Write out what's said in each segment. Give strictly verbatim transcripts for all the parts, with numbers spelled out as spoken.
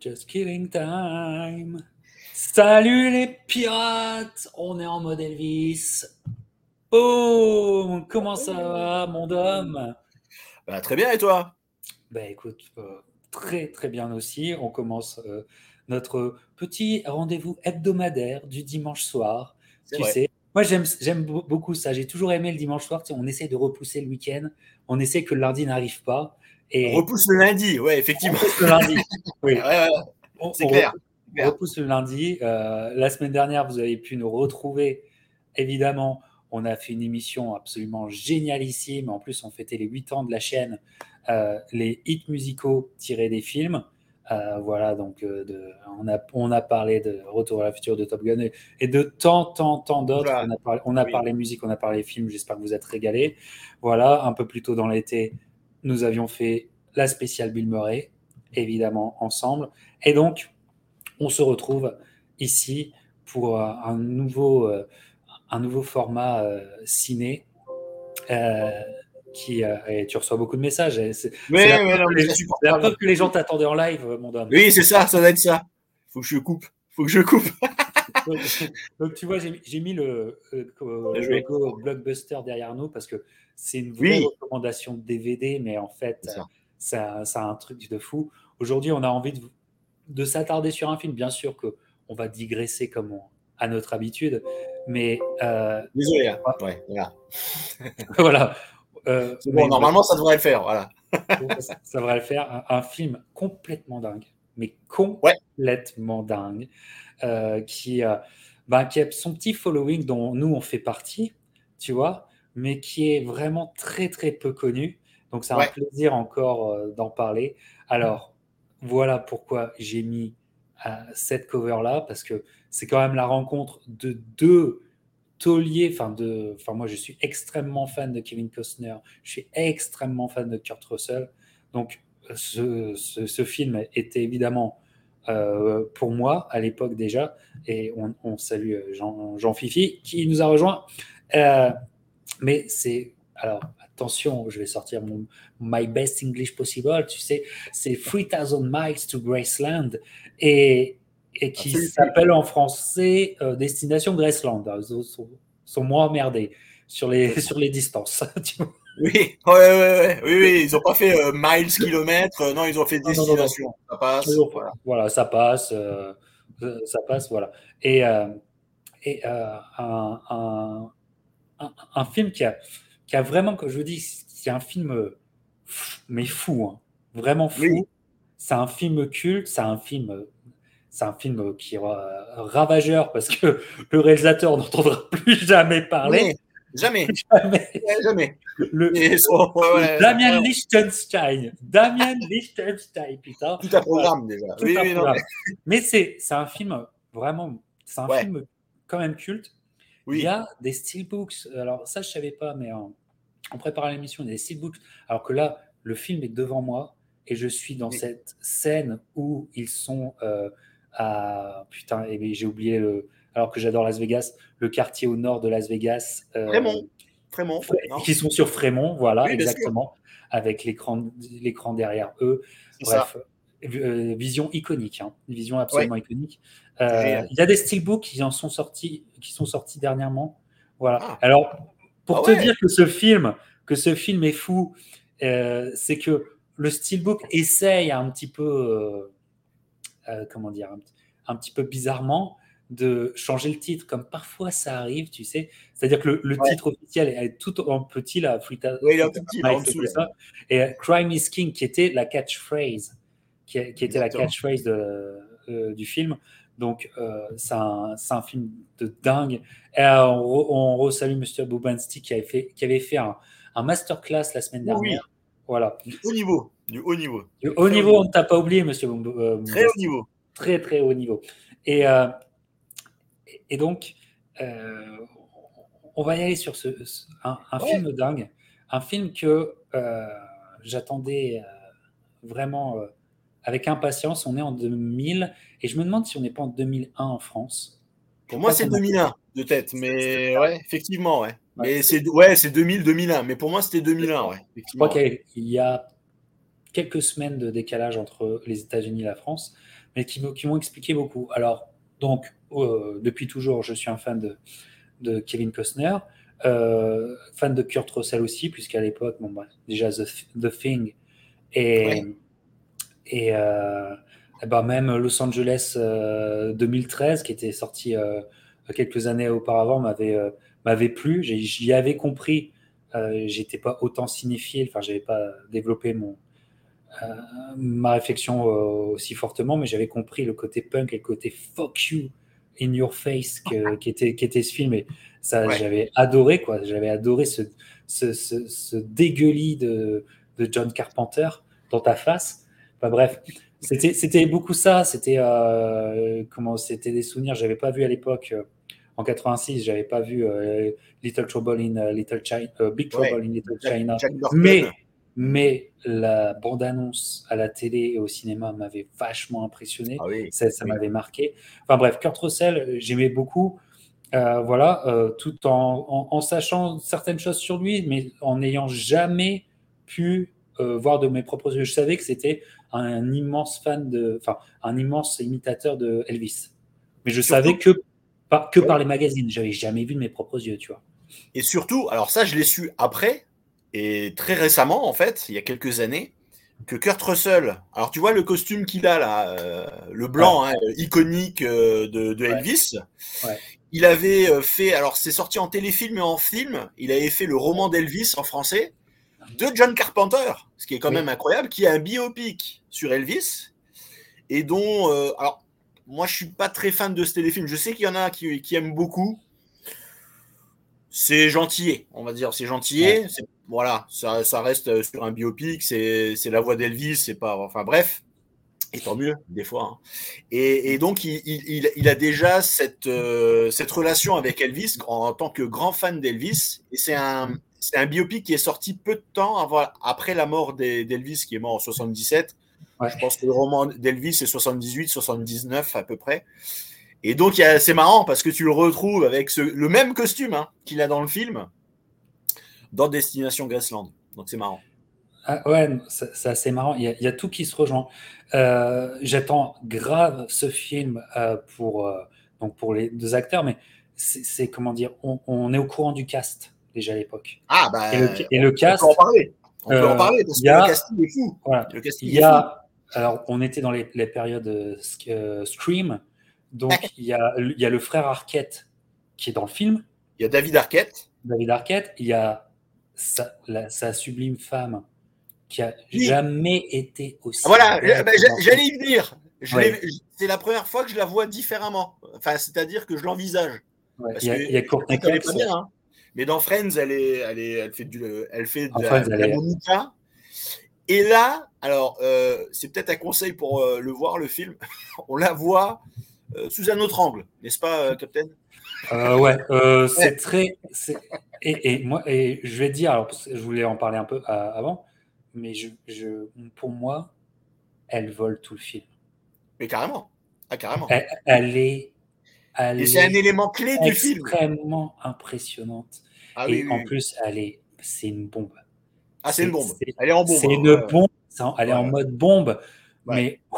Just killing time. Salut les pirates, on est en mode Elvis. Boum, comment ça va, mon dôme? Bah, très bien, et toi? Ben écoute, euh, très très bien aussi. On commence euh, notre petit rendez-vous hebdomadaire du dimanche soir. C'est Tu vrai. sais, moi j'aime j'aime beau- beaucoup ça. J'ai toujours aimé le dimanche soir. Tu sais, on essaie de repousser le week-end. On essaie que le lundi n'arrive pas. Et Repousse le lundi, ouais, on effectivement. repousse le lundi. Ouais, Oui. ouais, On, c'est on clair. repousse, C'est on clair. repousse le lundi. Euh, la semaine dernière, vous avez pu nous retrouver. Évidemment, on a fait une émission absolument génialissime. En plus, on fêtait les huit ans de la chaîne, euh, les hits musicaux tirés des films. Euh, voilà, donc euh, de, on, a, on a parlé de Retour à la future, de Top Gun et, et de tant, tant, tant d'autres. Oula, On a parlé, on a oui. parlé musique, on a parlé films. J'espère que vous êtes régalés. Voilà, un peu plus tôt dans l'été, nous avions fait la spéciale Bill Murray, évidemment, ensemble. Et donc, on se retrouve ici pour euh, un nouveau, euh, un nouveau format euh, ciné. euh, qui, euh, et tu reçois beaucoup de messages. et C'est c'est la Mais, mais preuve non, que mais c'est les, la insupportable. preuve que les gens t'attendaient en live, euh, mon dame. Oui, c'est ça, ça doit être ça. Faut que je coupe. Faut que je coupe. Donc, donc, tu vois, j'ai j'ai mis le, euh, Bien le joué. logo Blockbuster derrière nous parce que c'est une vraie Oui, recommandation de D V D, mais en fait, c'est euh, ça. ça, ça a un truc de fou. Aujourd'hui, on a envie de, de s'attarder sur un film. Bien sûr que on va digresser comme on- à notre habitude, mais euh, Désolé, hein. Ouais, voilà. voilà. Euh, C'est bon, mais voilà, normalement, ça devrait le faire, voilà. ça, ça devrait le faire. Un, un film complètement dingue, mais Ouais, complètement dingue, euh, qui, euh, ben, qui a son petit following dont nous on fait partie, tu vois, mais qui est vraiment très très peu connu. Donc c'est un ouais. plaisir encore euh, d'en parler. Alors voilà pourquoi j'ai mis euh, cette cover là, parce que c'est quand même la rencontre de deux taulier, enfin de, enfin moi je suis extrêmement fan de Kevin Costner, je suis extrêmement fan de Kurt Russell, donc ce, ce, ce film était évidemment euh, pour moi à l'époque déjà, et on, on salue Jean, Jean Fifi qui nous a rejoint, euh, mais c'est alors attention, je vais sortir mon my best English possible, tu sais, c'est three thousand miles to Graceland et et qui Absolument. s'appelle en français euh, Destination Graceland. Ils sont, sont moins emmerdés sur les, sur les distances. Tu vois. Oui, ouais, ouais, ouais. Oui, oui, ils ont pas fait euh, miles, kilomètres. euh, non, ils ont fait Non, non, non, non. destination. Ça Ils passe. ont fait- Voilà. Voilà, ça passe. euh, ça passe, voilà. Et, euh, et euh, un, un, un, un film qui a, qui a vraiment, comme je vous dis, c'est un film, euh, f- mais fou, hein. Vraiment Oui, fou. C'est un film culte, c'est un film, euh, c'est un film qui est ra- ravageur parce que le réalisateur n'entendra plus jamais parler. mais jamais. Jamais. Ouais, jamais. Le, Et son- ouais, ouais, Damien ouais, Liechtenstein. Damien Liechtenstein, putain. tout un Voilà, programme déjà. tout Oui, un oui, non, mais programme. Mais c'est c'est un film vraiment, c'est un ouais, film quand même culte. Il y oui. a des steelbooks. Alors ça, je savais pas, mais en, en préparant l'émission, il y a des steelbooks. Alors que là, le film est devant moi et je suis dans Oui. cette scène où ils sont euh, à putain, et bien, j'ai oublié le. Alors que j'adore Las Vegas, le quartier au nord de Las Vegas, euh, Frémont, Frémont, non? qui sont sur Frémont, voilà, Oui, bien sûr, exactement, avec l'écran l'écran derrière eux. c'est ça. Bref, euh, vision iconique, hein, une vision Ouais, absolument iconique. c'est Euh, génial. Il y a des steelbooks qui en sont sortis, qui sont sortis dernièrement. Voilà. Ah, Alors, ah pour te ouais, dire que ce film, que ce film est fou, euh, c'est que le steelbook essaye un petit peu, euh, euh, comment dire, un, un, petit peu bizarrement de changer le titre, comme parfois ça arrive, tu sais. C'est-à-dire que le, le ouais. titre officiel est tout en petit, là, Frita, Ouais, il est un Frita tout petit là en Mike, et dessous tout là. ça. Et euh, Crime is King, qui était la catchphrase, qui, qui était la Exactement. catchphrase de, euh, du film. Donc, euh, c'est un, un, film de dingue. Et, euh, on, on resalue Monsieur Bobanski qui avait fait, qui avait fait un, un masterclass la semaine Oui, oui, dernière. Voilà. du haut niveau, du haut niveau, Du du haut très haut niveau, on niveau, ne t'a pas oublié, Monsieur très haut Bobanski. niveau. Très, très haut niveau. Et, euh, et donc, euh, on va y aller sur ce, ce- un, un Ouais. film dingue, un film que euh, j'attendais euh, vraiment euh, avec impatience. On est en deux mille et je me demande si on n'est pas en deux mille un en France. Je Pour moi, crois c'est qu'on a fait deux mille un de tête, c'est- c'est mais ça. ouais, effectivement, ouais. Ouais, Mais c'est- c'est ouais, c'est deux mille, deux mille un. Mais pour moi, c'était c'est ça. deux mille un, ouais, Je crois effectivement, ouais. qu'il y a quelques semaines de décalage entre les États-Unis et la France. mais qui, qui m'ont expliqué beaucoup. Alors, donc, euh, depuis toujours, je suis un fan de, de Kevin Costner, euh, fan de Kurt Russell aussi, puisqu'à l'époque, bon, bah, déjà The, The Thing et, Ouais. et, euh, et bah, même Los Angeles euh, deux mille treize, qui était sorti euh, quelques années auparavant, m'avait euh, m'avait plu. J'y avais compris. Euh, j'étais pas autant cinéphile, enfin, j'avais pas développé mon, euh, ma réflexion euh, aussi fortement, mais j'avais compris le côté punk et le côté fuck you in your face que, qui, était, qui était ce film. Et ça, Ouais. j'avais adoré, quoi. J'avais adoré ce, ce, ce, ce dégueulis de, de John Carpenter dans ta face. Enfin, bref, c'était, c'était beaucoup ça. C'était, euh, comment, c'était des souvenirs. J'avais pas vu à l'époque. Euh, en quatre-vingt-six, j'avais pas vu euh, Little Trouble in uh, Little China, uh, Big Trouble Ouais. in Little Jack, China, Jack Burton. mais mais la bande-annonce à la télé et au cinéma m'avait vachement impressionné. Ah oui. Ça, ça Oui. m'avait marqué. Enfin bref, Kurt Russell, j'aimais beaucoup. Euh, voilà, euh, tout en, en, en, sachant certaines choses sur lui, mais en n'ayant jamais pu euh, voir de mes propres yeux. Je savais que c'était un immense fan de, enfin, un immense imitateur de Elvis. Mais je savais Surtout, que par, que par ouais. les magazines. J'avais jamais vu de mes propres yeux, tu vois. Et surtout, alors ça, je l'ai su après, et très récemment, en fait, il y a quelques années, que Kurt Russell, alors tu vois le costume qu'il a là, euh, le Ouais, blanc, hein, iconique euh, de, de ouais, Elvis, ouais. il avait euh, fait, alors c'est sorti en téléfilm et en film, il avait fait le roman d'Elvis en français, de John Carpenter, ce qui est quand même Oui. incroyable, qui a un biopic sur Elvis, et dont, euh, alors, moi je suis pas très fan de ce téléfilm, je sais qu'il y en a qui, qui aiment beaucoup, c'est gentillet, on va dire, c'est Ouais. gentillet, c'est, voilà, ça, ça reste sur un biopic, c'est, c'est la voix d'Elvis, c'est pas, enfin bref, et tant mieux, des fois. Hein. Et, et, donc, il, il, il, a déjà cette, euh, cette relation avec Elvis en, en tant que grand fan d'Elvis, et c'est un, c'est un biopic qui est sorti peu de temps avant, après la mort d'Elvis, qui est mort en soixante-dix-sept. Ouais. Je pense que le roman d'Elvis c'est soixante-dix-huit, soixante-dix-neuf à peu près. Et donc, c'est marrant parce que tu le retrouves avec ce, le même costume hein, qu'il a dans le film, dans Destination Graceland. Donc, c'est marrant. Ah, ouais, c'est assez marrant. Il y, a, il y, a tout qui se rejoint. Euh, J'attends grave ce film euh, pour, euh, donc pour les deux acteurs, mais c'est comment dire, on, on, est au courant du cast déjà à l'époque. Ah, Et le, bah, et on, le on peut en cast, parler. On peut en euh, parler parce il y que le a, casting est fou. voilà, Le il casting y est fou. a, alors on était dans les, les périodes euh, Scream, donc il y, a, il y a le frère Arquette qui est dans le film. Il y a David Arquette. David Arquette, il y a sa, la, sa sublime femme qui a Oui. jamais été aussi Voilà, belle. bah, j'allais y venir. Ouais. C'est la première fois que je la vois différemment. Enfin, c'est-à-dire que je l'envisage. Ouais. Parce Il y que a, il y a Courtney elle est Cox. pas bien. Hein. Mais dans Friends, elle, est, elle, est, elle fait, du, elle fait de, En la, Friends, de elle la est... Monica. Et là, alors, euh, c'est peut-être un conseil pour euh, le voir, le film. On la voit euh, sous un autre angle, n'est-ce pas, euh, Captain euh, Ouais, euh, c'est ouais. très... Et, et, moi, et je vais te dire, alors, je voulais en parler un peu euh, avant, mais je, je, pour moi, elle vole tout le film. Mais carrément. Ah, carrément. Elle, elle est, Et elle c'est un est élément clé du film. extrêmement impressionnante. Ah oui, Et oui, en oui. plus, elle est, c'est une bombe. Ah, c'est une C'est bombe. Elle est en bombe. c'est Hein. une Ouais, bombe. Elle est ouais, en ouais. mode bombe, ouais. mais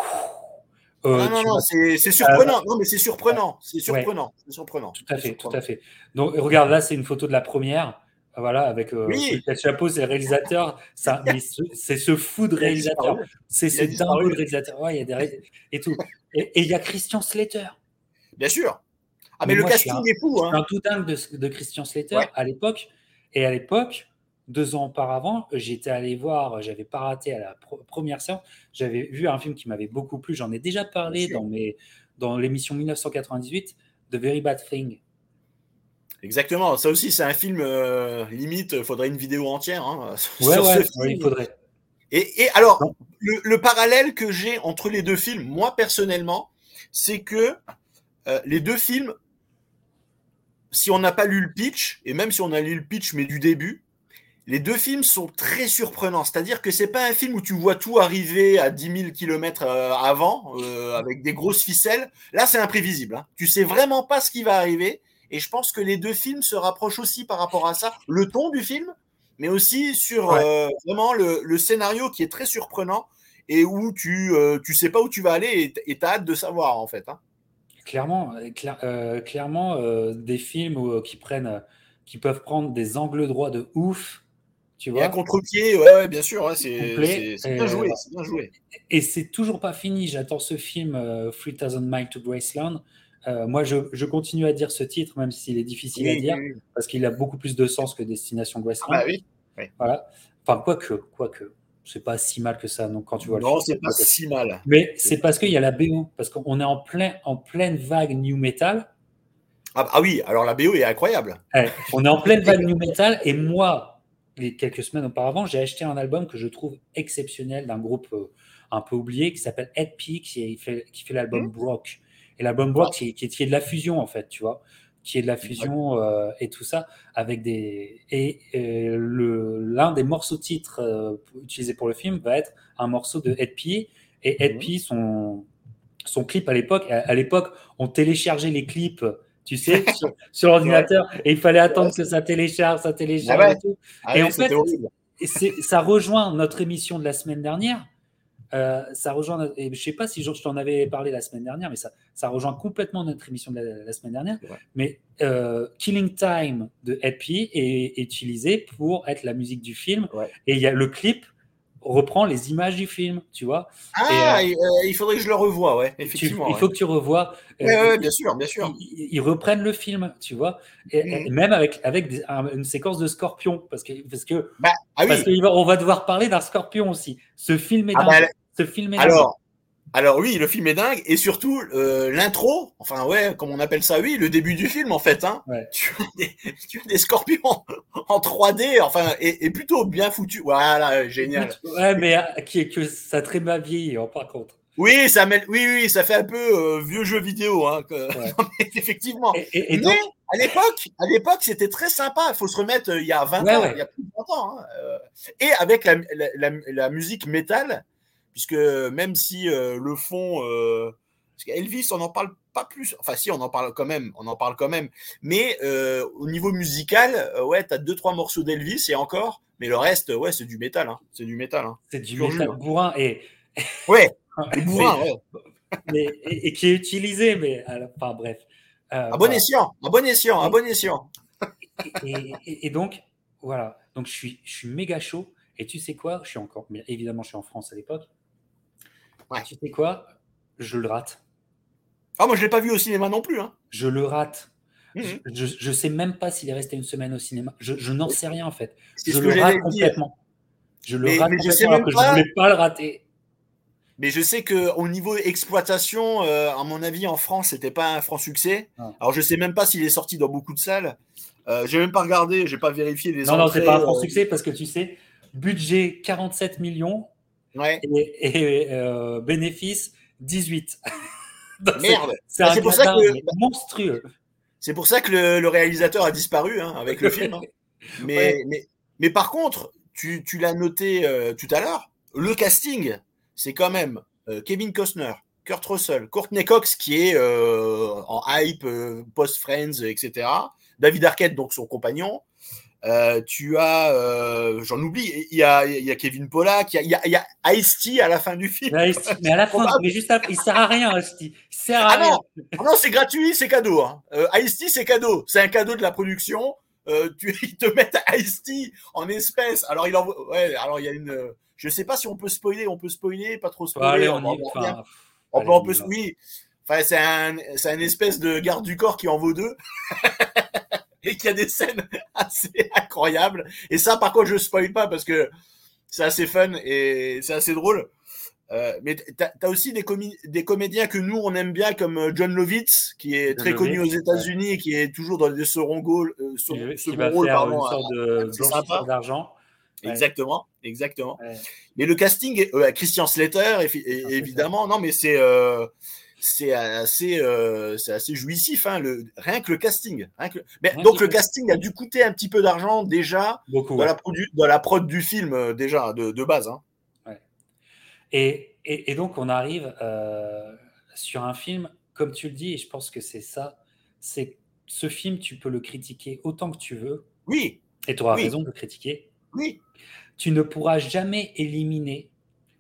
Ah euh, non, non, tu non, vois. c'est Euh, surprenant. Non, mais c'est surprenant. C'est ouais, surprenant. C'est surprenant. tout à C'est fait, tout à surprenant. fait. Donc regarde, là, c'est une photo de la première. Voilà, avec euh, celui Oui, qui a le chapeau, c'est le réalisateur. Ça, mais ce- c'est ce fou de il a réalisateur. disparu. C'est Il ce a dingo de disparu. réalisateur. Ouais, il y a des ré- et tout. Et et il y a Christian Slater. Bien sûr. Ah, mais Mais le moi, je suis casting un, est je fou, suis un hein. tout dingue de, de Christian Slater Ouais, à l'époque. Et à l'époque, deux ans auparavant, j'étais allé voir, j'avais pas raté à la pro- première séance, j'avais vu un film qui m'avait beaucoup plu. J'en ai déjà bien parlé sûr. dans, mes, dans l'émission mille neuf cent quatre-vingt-dix-huit, The Very Bad Thing. Exactement. Ça aussi, c'est un film euh, limite. Faudrait une vidéo entière hein, Ouais, sur ce ouais, ouais, il film. faudrait. Et, et alors, Non. le, le parallèle que j'ai entre les deux films, moi personnellement, c'est que euh, les deux films, si on n'a pas lu le pitch, et même si on a lu le pitch, mais du début, les deux films sont très surprenants. C'est-à-dire que c'est pas un film où tu vois tout arriver à dix mille kilomètres avant, euh, avec des grosses ficelles. Là, c'est imprévisible. Hein. Tu sais vraiment pas ce qui va arriver. Et je pense que les deux films se rapprochent aussi par rapport à ça. Le ton du film, mais aussi sur Ouais. euh, vraiment le, le scénario qui est très surprenant. et où tu euh, tu sais pas où tu vas aller et tu as hâte de savoir en fait. Hein. Clairement, cla- euh, clairement euh, des films où, euh, qui prennent, euh, qui peuvent prendre des angles droits de ouf, tu Et à vois, contre-pied, ouais, ouais, bien sûr, ouais, c'est complet. c'est c'est bien Et, joué, c'est bien joué. et c'est toujours pas fini. J'attends ce film euh, three thousand Miles to Graceland. Euh, moi, je, je continue à dire ce titre, même s'il est difficile à Oui, dire, oui, oui. parce qu'il a beaucoup plus de sens que Destination Ah bah Graceland. oui. Ouais. Voilà. Enfin, quoique, quoique. C'est pas si mal que ça, donc quand tu vois le Non, film. c'est pas si mal. Mais C'est c'est pas parce si qu'il mal. y a la B O, parce qu'on est en, plein, en pleine vague new metal. Ah, bah- ah oui, alors la B O est incroyable. Ouais, on est en pleine vague new metal, et moi, les quelques semaines auparavant, j'ai acheté un album que je trouve exceptionnel d'un groupe euh, un peu oublié qui s'appelle Ed P, qui fait, qui fait l'album Hmm. Brock. Et l'album Ah, Brock, qui, qui, qui est de la fusion, en fait, tu vois, qui est de la fusion euh, et tout ça, avec des. Et, et le, l'un des morceaux titres euh, utilisés pour le film va être un morceau de Ed P. Et Ed mhm. P, son, son clip à l'époque, à, à l'époque, on téléchargeait les clips, tu sais, sur, sur C'est vrai, l'ordinateur, et il fallait c'est vrai. attendre que c'est- ça télécharge, ça Ah télécharge ouais. et tout. Ah Et oui, en c'était fait, horrible. c'est, ça rejoint notre émission de la semaine dernière. Euh, ça rejoint, notre- et je sais pas si je, je t'en avais parlé la semaine dernière, mais ça, ça rejoint complètement notre émission de la, la semaine dernière. C'est vrai. Mais euh, Killing Time de Happy est, est utilisé pour être la musique du film. Ouais. Et il y a le clip reprend les images du film, tu vois. Et euh, Ah, et, euh, il faudrait que je le revoie, ouais, tu, effectivement, il ouais. faut que tu revois. Ouais, Euh, ouais, ouais, bien sûr, bien ils, sûr. ils reprennent le film, tu vois, et, et Mhm. même avec, avec des, un, une séquence de scorpion, parce que parce que Bah, ah parce oui. qu'on va devoir parler d'un scorpion aussi. Ce film est Ah bah, dingue. Ce film est dingue. alors, alors oui, le film est dingue et surtout euh, l'intro, enfin ouais, comme on appelle ça, oui, le début du film en fait. Hein, Ouais. tu as des, tu as des scorpions en trois D, enfin, et, et plutôt bien foutu. Voilà, génial. Écoute, ouais, mais euh, qui, que ça très mal vieilli, hein, par contre. Oui, ça mêle, oui, oui, ça fait un peu euh, vieux jeu vidéo, hein, que- Ouais. non, mais effectivement. Et, et, et Mais donc, à l'époque, à l'époque, c'était très sympa. Il faut se remettre euh, il y a vingt ouais, ans, il ouais. y a plus de vingt ans, hein, euh, et avec la, la, la, la musique métal, puisque même si euh, le fond, euh, parce qu'Elvis, on n'en parle pas plus. Enfin, si, on en parle quand même, on en parle quand même. Mais euh, au niveau musical, euh, ouais, t'as deux trois morceaux d'Elvis et encore, mais le reste, ouais, c'est du métal, hein, c'est du métal, hein, C'est du pur jus. métal Hein. bourrin et, Ouais, et mais, bourrin, ouais. mais et, et qui est utilisé, mais alors, enfin bref. Euh, À bon voilà. escient, à bon escient, à Et, bon escient. et, et, et donc, voilà. Donc, je suis, je suis méga chaud. Et tu sais quoi? Je suis encore, mais évidemment, je suis en France à l'époque. Ouais. Tu sais quoi? Je le rate. Ah, moi, je l'ai pas vu au cinéma non plus. Hein. Je le rate. Je, Mmh. je, je sais même pas s'il est resté une semaine au cinéma. Je, je n'en sais rien en fait. C'est Je ce que le j'allais rate dire. complètement. Je le Mais, rate mais je sais complètement alors même que je pas. voulais pas le rater. Mais je sais que au niveau exploitation, euh, à mon avis, en France, c'était pas un franc succès. Non, Alors, je sais même pas s'il est sorti dans beaucoup de salles. Euh, j'ai même pas regardé, j'ai pas vérifié les non, non, c'est pas un entrées. franc euh, succès parce que tu sais, budget quarante-sept millions Ouais. et, et euh, bénéfice dix-huit. Donc c'est, Merde. c'est Bah, un c'est pour ça gradin que mais monstrueux. c'est pour ça que le, le réalisateur a disparu hein, avec le film. Hein. Mais, Ouais, mais, mais par contre, tu, tu l'as noté euh, tout à l'heure, le casting, c'est quand même euh, Kevin Costner, Kurt Russell, Courtney Cox qui est euh, en hype, euh, post-Friends, et cetera. David Arquette, donc son compagnon. Euh, tu as, euh, j'en oublie, il y a, il y a Kevin Pollack, il y a, il y a, il y a Ice-T à la fin du film. mais, mais à la C'est fin, probable. mais juste après, il sert à rien, Hostie. Il sert à Ah rien. non, ah non, c'est gratuit, c'est cadeau. Hein. Euh, Ice-T, c'est cadeau. C'est un cadeau de la production. Euh, tu, ils te mettent Ice-T en espèces. Alors, il envoie, ouais, alors il y a une, je sais pas si on peut spoiler, on peut spoiler, pas trop Bon, allez, spoiler. On, on on, y, on, enfin, pff, on peut, allez, on on peut, y va. oui. Enfin, c'est un, c'est un espèce de garde du corps qui en vaut deux. Et qui a des scènes assez incroyables. Et ça, par contre, je spoil pas parce que c'est assez fun et c'est assez drôle. Euh, mais t'as as aussi des, comi- des comédiens que nous on aime bien comme John Lovitz qui est De très connu aux Lovitz, ouais. États-Unis et qui est toujours dans des second rôles, euh, second, Qui, qui second va rôles faire une pardon, sorte de assez blanchisseur sympa. d'argent. Ouais, Exactement, exactement. ouais. Mais le casting, est, euh, Christian Slater et, et, évidemment, non mais c'est euh, c'est assez euh, c'est assez jouissif hein, le, rien que le casting. Rien que, mais Rien que donc le le casting. casting a dû coûter un petit peu d'argent déjà Beaucoup, dans ouais. la, produ- dans la prod du film euh, déjà de, de base. Hein. Ouais. Et, et, et donc, on arrive euh, sur un film, comme tu le dis, et je pense que c'est ça, c'est ce film, tu peux le critiquer autant que tu veux, Oui, et tu auras oui, raison de le critiquer. oui. Tu ne pourras jamais éliminer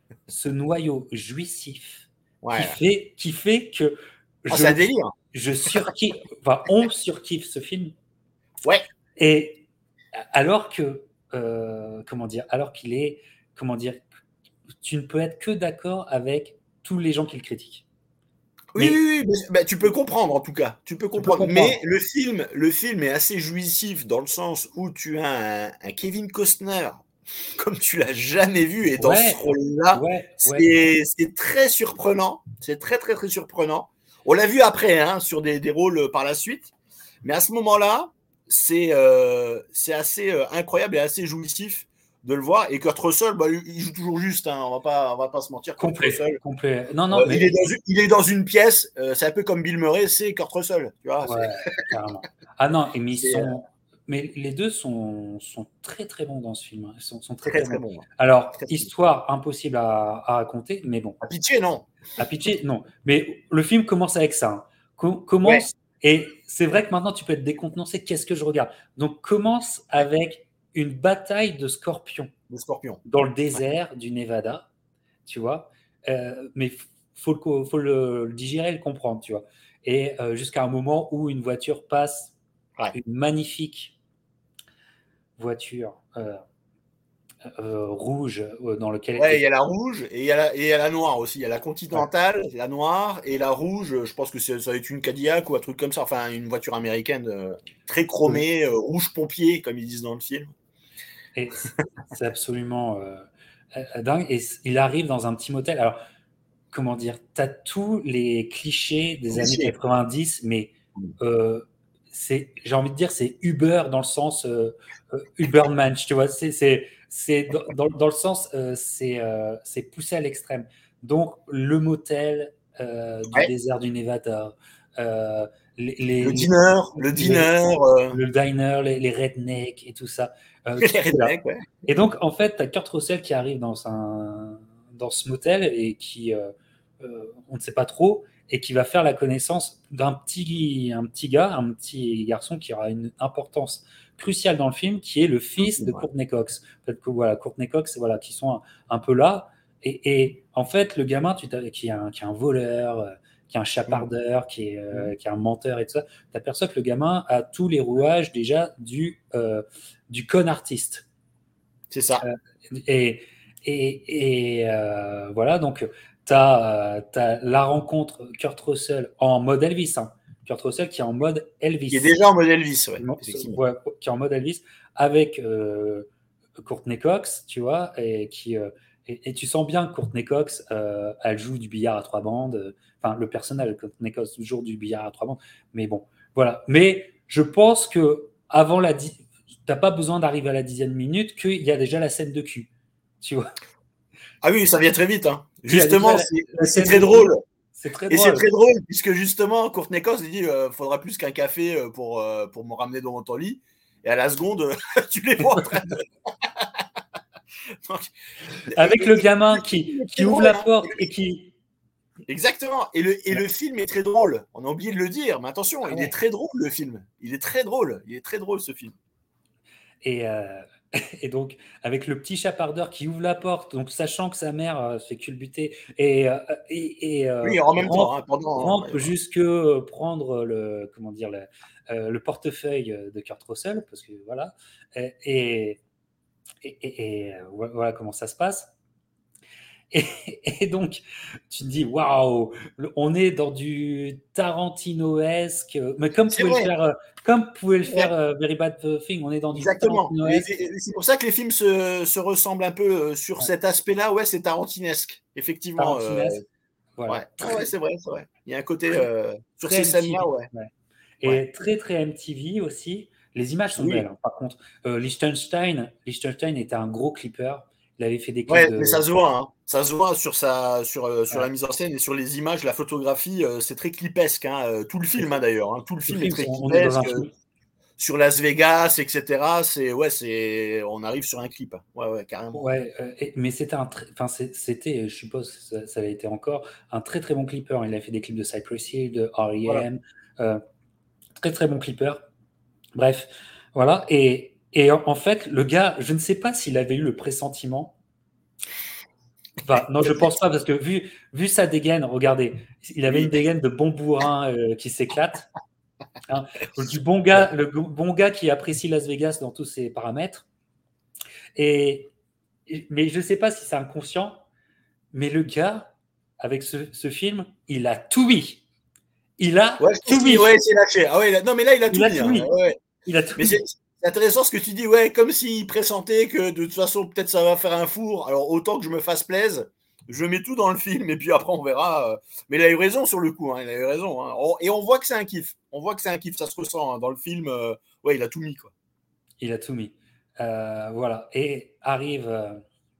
ce noyau jouissif Ouais. qui fait, qui fait que Ah, je, c'est un délire. je surkiffe, enfin, on surkiffe ce film. Ouais. Et alors que, euh, comment dire, alors qu'il est, comment dire, tu ne peux être que d'accord avec tous les gens qui le critiquent. Oui, Mais oui, oui, mais, bah, tu peux comprendre en tout cas. Tu peux tu peux comprendre. Mais comprendre. le film, le film est assez jouissif dans le sens où tu as un, un Kevin Costner comme tu l'as jamais vu et dans ce Ouais, rôle-là, ouais, ouais. c'est c'est très surprenant. C'est très très très surprenant. On l'a vu après hein, sur des, des rôles par la suite, mais à ce moment-là, c'est euh, c'est assez euh, incroyable et assez jouissif de le voir. Et Kurt Russell, bah, il joue toujours juste. Hein, on va pas on va pas se mentir. Kurt Complet, Russell, complet. Non, non, euh, il, est mais dans une, il est dans une pièce, euh, c'est un peu comme Bill Murray, c'est Kurt Russell. Tu vois, ouais, c'est, carrément. Ah non, mais ils c'est euh, sont, mais les deux sont, sont très très bons dans ce film. Hein. Ils sont, sont très très très très bons. bon. Hein. Alors, Très, très bon. histoire impossible à, à raconter, mais bon, À pitié, non. à pitcher, non. Mais le film commence avec ça. Hein. Com- Ouais, commence, et c'est vrai que maintenant tu peux être décontenancé. Qu'est-ce que je regarde? Donc, commence avec une bataille de scorpions le scorpion. dans le Ouais. désert du Nevada, tu vois. Euh, mais faut le, faut le, le digérer, le comprendre, tu vois. Et euh, jusqu'à un moment où une voiture passe, Ouais. une magnifique voiture euh, euh, rouge euh, dans laquelle Ouais, il est... y a la rouge et il y a la, et il y a la noire aussi. Il y a la Ouais, continentale, la noire et la rouge. Je pense que c'est- ça va être une Cadillac ou un truc comme ça. Enfin, une voiture américaine euh, très oui. chromée, euh, rouge pompier, comme ils disent dans le film. Et c'est absolument euh, euh, dingue. Et il arrive dans un petit motel. Alors, comment dire, tu as tous les clichés des années Cliché. quatre-vingt-dix, mais euh, c'est, j'ai envie de dire, c'est Uber dans le sens euh, euh, Ubermensch, tu vois, c'est, c'est, c'est dans, dans, dans le sens, euh, c'est, euh, c'est poussé à l'extrême. Donc, le motel euh, du Ouais. désert du Nevada, euh, les, les, Le les, diner, le les- diner, euh, le diner, les, les rednecks et tout ça, euh, les tout est là. rednecks, ouais. Et donc, en fait, tu as Kurt Russell qui arrive dans, un, dans ce motel et qui, euh, euh, on ne sait pas trop, et qui va faire la connaissance d'un petit, un petit gars, un petit garçon qui aura une importance cruciale dans le film, qui est le Tout le fils de film, ouais. Courtney Cox. Peut-être que voilà, Courtney Cox, voilà, qui sont un, un peu là. Et, et, en fait, le gamin, tu qui, est un, qui est un voleur, euh, qui est un Mm. chapardeur, qui est, Mm. euh, qui est un menteur et tout ça, tu aperçois que le gamin a tous les rouages déjà du, euh, du con artiste. C'est ça. Euh, et et, et euh, voilà, donc tu as, euh, la rencontre Kurt Russell en mode Elvis. Hein. Kurt Russell qui est en mode Qui est Elvis. déjà en mode Elvis, ouais, Non, effectivement. ouais, qui est en mode Elvis avec euh, Courtney Cox, tu vois, et, qui, euh, et, et tu sens bien que Courtney Cox, euh, elle joue du billard à trois bandes. euh, Enfin, le personnage de Courtney Cox joue du billard à trois bandes. Mais bon, voilà. Mais je pense que avant la di- t'as pas besoin d'arriver à la dixième minute qu'il y a déjà la scène de cul. Tu vois, Ah oui, ça vient très vite. Hein. il y a déjà Justement, la, c'est la c'est scène de très cul. drôle. C'est très Et c'est drôle. très drôle, puisque justement, Courtney Cox il dit euh, faudra plus qu'un café euh, pour, euh, pour me ramener dans ton lit. Et à la seconde, tu les vois en train de. Donc, Avec et, le et, et gamin le qui, film est qui très ouvre drôle. la Hein. porte et qui. Exactement. Et le, et Ouais. le film est très drôle. On a oublié de le dire, mais attention, Ah il est ouais. très drôle, le film. Il est très drôle. Il est très drôle, ce film. Et, euh, et donc, avec le petit chapardeur qui ouvre la porte, donc sachant que sa mère euh, se fait culbuter et, euh, et, et, euh, Oui, en même temps, rampe, hein, pendant. rampe jusque euh, prendre le, comment dire, le, euh, le portefeuille de Kurt Russell, parce que voilà. Et, et, et- et, euh, voilà comment ça se passe. Et, et donc, tu te dis, waouh, on est dans du Tarantino-esque, mais comme C'est pouvait le vrai. faire, euh, comme pouvait le C'est vrai. faire euh, Very Bad Thing, on est dans du Exactement. Et, Tarantino-esque. et- et c'est pour ça que les films se, se ressemblent un peu euh, sur Ouais, cet aspect-là. Ouais, c'est tarantinesque. Effectivement. euh, Tarantinesque, ouais. voilà, Ah ouais, très, c'est vrai, c'est vrai. Il y a un côté très, euh, sur très ces scènes-là, M T V. ouais. Ouais. Ouais. Et très, très M T V aussi. Les images sont belles, Oui. hein. Par contre, euh, Liechtenstein, Liechtenstein était un gros clipper. Il avait fait des clips Ouais, de. mais ça se voit, hein. Ça se voit sur sa, sur, euh, sur la Ouais, mise en scène et sur les images, la photographie, euh, c'est très clipesque, hein. Euh, tout le c'est film, très- hein, d'ailleurs, hein. Tout le tout le film est film, très on est dans un clipesque. euh, film. sur Las Vegas, et cetera. C'est, ouais, c'est, on arrive sur un clip. Ouais, ouais, carrément. Ouais, euh, et- mais c'était un, très- enfin c'est- c'était, je suppose, que ça, ça l'a été encore un très très bon clipper. Il a fait des clips de Cypress Hill, de Voilà. R E M, euh, très très bon clipper. Bref, voilà. Et, et en, en fait, le gars, je ne sais pas s'il avait eu le pressentiment Enfin, non, je pense pas, parce que vu, vu sa dégaine, regardez, il avait Oui. une dégaine de bon bourrin euh, qui s'éclate. Hein, du bon gars, le bon gars qui apprécie Las Vegas dans tous ses paramètres. Et, mais je ne sais pas si c'est inconscient, mais le gars, avec ce, ce film, il a tout mis. Il a Ouais, je tout pense qu'il mis. ouais, c'est lâché. Ah ouais, là- non, mais là, il a Il tout a mis. tout Hein. mis. Ouais. Il a tout Mais mis. c'est c'est intéressant ce que tu dis, ouais, comme s'il pressentait que de toute façon, peut-être ça va faire un four. Alors autant que je me fasse plaisir, je mets tout dans le film et puis après on verra. euh. Mais il a eu raison sur le coup, hein, il a eu raison. Hein. On- Et on voit que c'est un kiff. On voit que c'est un kiff, ça se ressent hein. Dans le film. euh, Ouais, il a tout mis quoi. Il a tout mis. Euh, voilà. Et arrive, euh,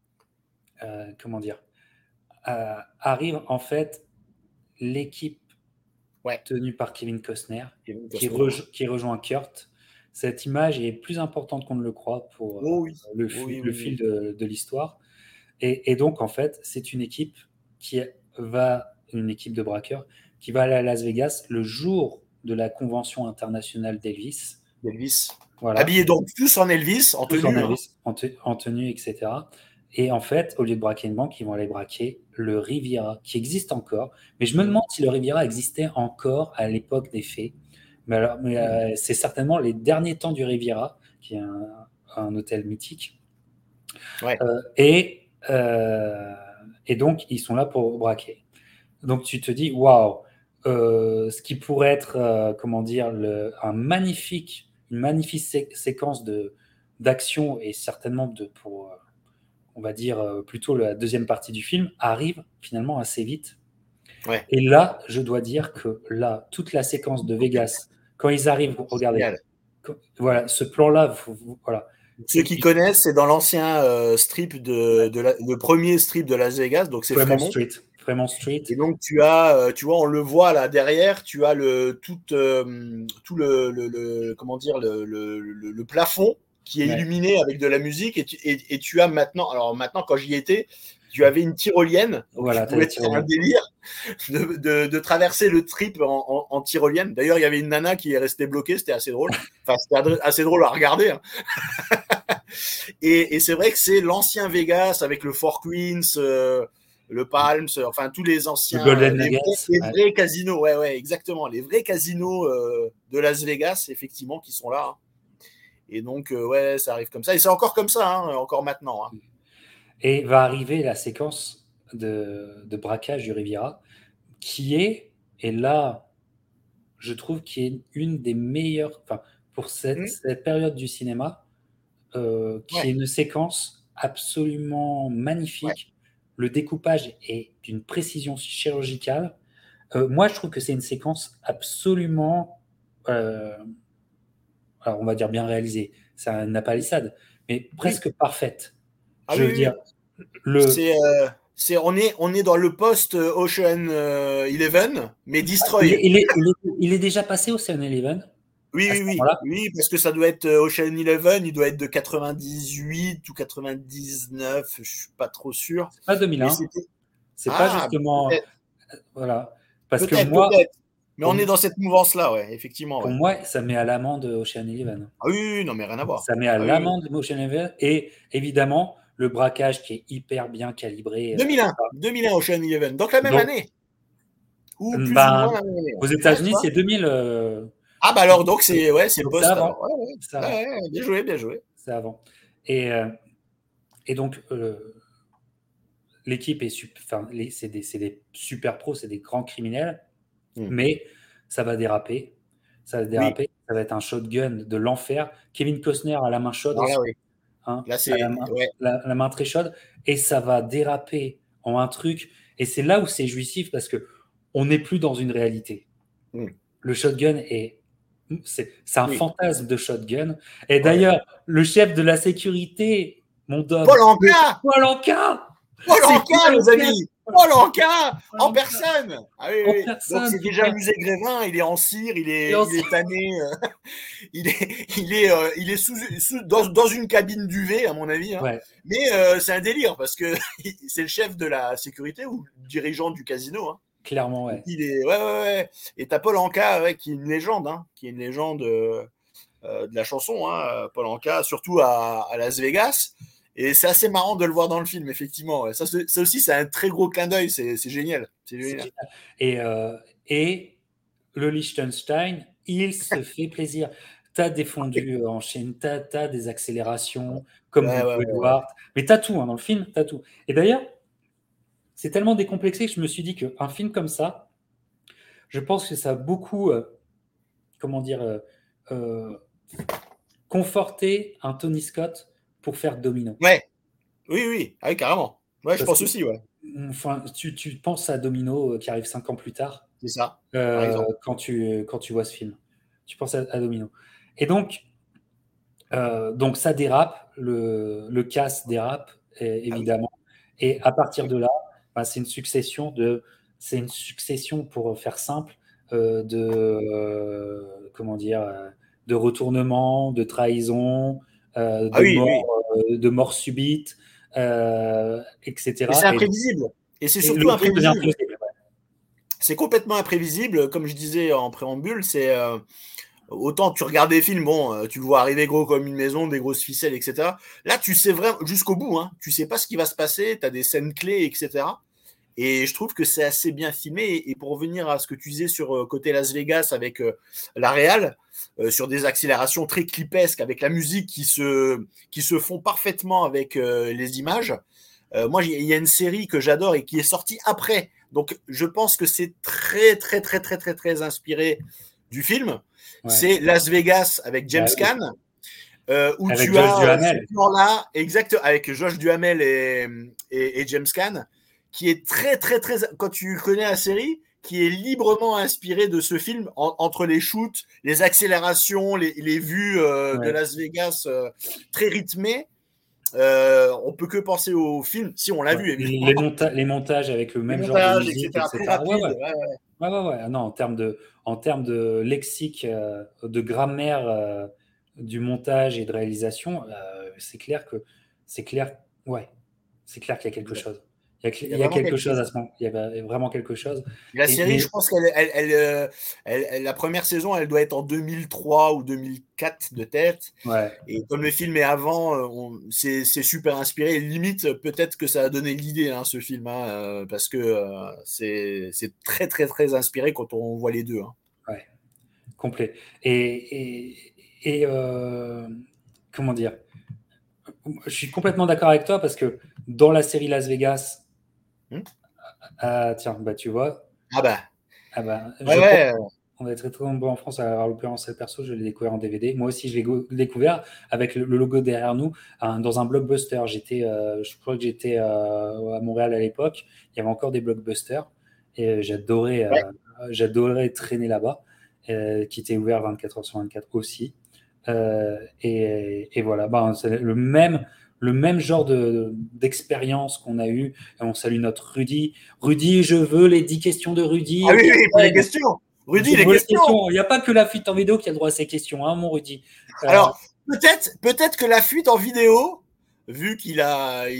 euh, comment dire, euh, arrive en fait l'équipe Ouais. tenue par Kevin Costner Kevin qui, Costner. rejo- qui rejoint Kurt. Cette image est plus importante qu'on ne le croit pour euh, Oh oui. le, Oh fu- oui, le oui, fil oui. de, de l'histoire. Et, et donc, en fait, c'est une équipe qui va, une équipe de braqueurs, qui va aller à Las Vegas le jour de la convention internationale d'Elvis. Elvis. Voilà. Habillé donc tous en Elvis, en Tous en tenue. Hein. Elvis, en, te- en tenue, et cetera. Et en fait, au lieu de braquer une banque, ils vont aller braquer le Riviera, qui existe encore. Mais je me Mm. demande si le Riviera existait encore à l'époque des faits. Mais alors, mais, euh, c'est certainement les derniers temps du Riviera, qui est un, un hôtel mythique. Ouais. Euh, et, euh, et donc, ils sont là pour braquer. Donc, tu te dis, waouh, euh, ce qui pourrait être, euh, comment dire, le, un magnifique, une magnifique sé- séquence de, d'action et certainement de, pour, euh, on va dire, euh, plutôt la deuxième partie du film, arrive finalement assez vite. Ouais. Et là, je dois dire que là, toute la séquence de Vegas, quand ils arrivent, regardez, Génial. quand- voilà, ce plan-là, vous- vous- voilà, Ceux c'est qui connaissent, c'est dans l'ancien euh, strip de, de la- le premier strip de Las Vegas, donc c'est Fremont Fremont. Street, Fremont Street, Et donc tu as, euh, tu vois, on le voit là derrière, tu as le tout, euh, tout le, le, le- comment dire, le, le, le, le plafond qui est ouais, illuminé avec de la musique et tu, et, et tu as maintenant, alors maintenant quand j'y étais, tu avais une tyrolienne, donc tu voilà, t'as les pouvais te faire un tyroliennes. délire de, de, de traverser le trip en, en, en tyrolienne. D'ailleurs, il y avait une nana qui est restée bloquée, c'était assez drôle. Enfin, c'était assez drôle à regarder. Hein. Et, et c'est vrai que c'est l'ancien Vegas avec le Four Queens, euh, le Palms, euh, enfin tous les Le anciens, euh, Golden les, vrais, Nuggets, les ouais. vrais casinos, ouais, ouais, exactement, les vrais casinos euh, de Las Vegas, effectivement, qui sont là. Hein. Et donc, euh, ouais, ça arrive comme ça. Et c'est encore comme ça, hein, encore maintenant. Hein. Et va arriver la séquence de, de braquage du Riviera, qui est, et là, je trouve qui est une des meilleures, enfin, pour cette, Mmh. cette période du cinéma, euh, qui Ouais, est une séquence absolument ouais. magnifique. Le découpage est d'une précision chirurgicale. Euh, moi, je trouve que c'est une séquence absolument, euh, alors on va dire bien réalisée. C'est une palissade, mais Oui. presque parfaite. Ah Je oui, veux oui. dire, Oui. le, C'est, euh, c'est, on est, on est dans le post Ocean euh, Eleven, mais il, est, Destroy. il, est, il, est, il est déjà passé au seven eleven Oui, à ce oui, oui, moment-là. oui, parce que ça doit être euh, Ocean Eleven, il doit être de quatre-vingt-dix-huit ou quatre-vingt-dix-neuf, je suis pas trop sûr. C'est pas Mais deux mille un. c'était C'est pas ah justement. peut-être, Voilà. Parce que peut-être, moi, peut-être. Mais pour, on est dans cette mouvance-là, ouais, effectivement, pour ouais. moi, ça met à l'amende Ocean Eleven. Ah oui, oui, oui, non mais rien à voir. Ça met à Ah oui, oui. l'amende Ocean Eleven. Et évidemment, le braquage qui est hyper bien calibré. euh, deux mille un, deux mille un Ocean Eleven, donc la même donc, année, ou plus ou moins ben, la même année. aux Ouais, ouais tu États-Unis, vois. c'est deux mille. euh, Ah bah alors donc c'est ouais, c'est donc c'est post avant. alors. Ouais, ouais, C'est ouais, avant. ouais, bien joué, bien joué. C'est avant. Et, euh, et donc, euh, l'équipe est super. Enfin, les- c'est des, c'est des super pros, c'est des grands criminels. Hmm. Mais ça va déraper. Ça va Oui, déraper. Ça va être un shotgun de l'enfer. Kevin Costner a la main chaude alors aussi. là oui. Hein, Là a c'est la, main, ouais. la, la main très chaude. Et ça va déraper en un truc. Et c'est là où c'est jouissif parce que on n'est plus dans une réalité. Hmm. Le shotgun est. C'est, c'est un Oui. fantasme de shotgun. Et Ouais. d'ailleurs, le chef de la sécurité, mon Paul dom, c'est Anka Paul Anka. Paul C'est Anka, Paul les Anka. amis Paul Anka Paul en Anka. personne. Ah oui, En oui. Donc personne, c'est déjà le putain. musée Grévin, il est en cire, il Et est, on il est tanné, euh, il est, il est, euh, il est sous, sous dans, dans une cabine d'U V à mon avis. Hein. ouais, Mais euh, c'est un délire parce que c'est le chef de la sécurité ou le dirigeant du casino. Hein. clairement, Donc, ouais. il est, ouais, ouais, ouais. Et t'as Paul Anka ouais, qui est une légende, hein, qui est une légende euh, euh, de la chanson. Hein, Paul Anka, surtout à, à Las Vegas. Et c'est assez marrant de le voir dans le film, effectivement. Ouais. Ça, ça aussi, c'est un très gros clin d'œil. C'est, c'est génial. C'est génial. C'est génial. Et, euh, et le Liechtenstein, il se fait plaisir. Tu as des fondus en chaîne, tu as des accélérations, comme Ouais, dans ouais, ouais. Edward. Mais tu as tout, hein, dans le film, tu as tout. Et d'ailleurs, c'est tellement décomplexé que je me suis dit qu'un film comme ça, je pense que ça a beaucoup, euh, comment dire, euh, euh, conforté un Tony Scott pour faire Domino. Ouais. Oui, oui. Ah, oui, carrément. Ouais, je Parce pense que, aussi, ouais. enfin, tu, tu penses à Domino euh, qui arrive cinq ans plus tard, C'est ça, par euh, exemple. quand, tu, quand tu vois ce film. Tu penses à, à Domino. Et donc, euh, donc ça dérape, le, le casse dérape, é- Ah oui. évidemment. Et à partir de là, bah, c'est une succession de, c'est une succession pour faire simple, euh, de, euh, comment dire, euh, de retournements, de trahisons, euh, Ah de oui, oui. morts, euh, de morts subites, euh, Et c'est et cetera. Et, imprévisible. Et c'est et surtout le tout devient imprévisible. prévisible. C'est complètement imprévisible. Comme je disais en préambule, c'est euh, autant tu regardes des films, bon, euh, tu le vois arriver gros comme une maison, des grosses ficelles, et cetera. Là, tu sais vraiment jusqu'au bout. Hein, tu sais pas ce qui va se passer. Tu as des scènes clés, et cetera. Et je trouve que c'est assez bien filmé. Et pour revenir à ce que tu disais sur euh, côté Las Vegas avec euh, la Real, euh, sur des accélérations très clipesques, avec la musique qui se, qui se font parfaitement avec euh, les images. Euh, moi, il y a une série que j'adore et qui est sortie après. Donc, je pense que c'est très, très, très, très, très, très inspiré du film. Ouais. C'est Las Vegas avec James Bah oui. Caan, euh, où Avec tu Josh as euh, ce Duhamel. plan-là, exact, avec Josh Duhamel et, et, et James Caan, qui est très, très, très, quand tu connais la série, qui est librement inspiré de ce film en, entre les shoots, les accélérations, les, les vues euh, de Ouais. Las Vegas euh, très rythmées. Euh, on peut que penser au film, si on l'a Ouais. vu Les, évidemment. monta les montages avec le Les même genre de montages, musique, et cetera. Très et cetera. Ouais, rapide. ouais. Ouais, ouais. Ouais, ouais, ouais. Ah non, en termes de, en termes de lexique, euh, de grammaire, euh, du montage et de réalisation, euh, c'est clair que, c'est clair, ouais, c'est clair qu'il y a quelque chose. Il y a, Il il y a y a vraiment quelque quelque chose chose. à ce moment. Il y avait vraiment quelque chose. La Et, série, je mais, pense qu'elle, elle, elle, euh, elle- elle- la première saison, elle doit être en deux mille trois ou deux mille quatre de tête. ouais, Et comme le film est avant, euh, on- c'est, c'est super inspiré. Et limite, peut-être que ça a donné l'idée, hein, ce film, hein, euh, parce que euh, c'est, c'est très, très, très inspiré quand on voit les deux. Hein. ouais, complet. Et, et, et euh, comment dire? Je suis complètement d'accord avec toi parce que dans la série Las Vegas, Hmm ah, tiens, bah tu vois, ah bah, ah bah, ouais, je pense ouais. qu'on va être très très nombreux en France à avoir loupé en seul perso, je l'ai découvert en D V D. Moi aussi, je l'ai go- découvert avec le, le logo derrière nous un- dans un blockbuster. J'étais, euh, je crois que j'étais euh, à Montréal à l'époque. Il y avait encore des blockbusters et euh, j'adorais, Ouais. euh, j'adorais traîner là-bas, euh, qui était ouvert vingt-quatre heures sur vingt-quatre aussi. Euh, et, et voilà, bah, c'est le même, le même genre de, d'expérience qu'on a eu. Et on salue notre Rudy. Rudy, je veux les dix questions de Rudy Ah au oui, oui, pour les quatrième. questions. Je Rudy, les veux les questions. questions. Il n'y a pas que la fuite en vidéo qui a le droit à ces questions, hein, mon Rudy. Euh, Alors, peut-être, peut-être que la fuite en vidéo, vu qu'il a, il,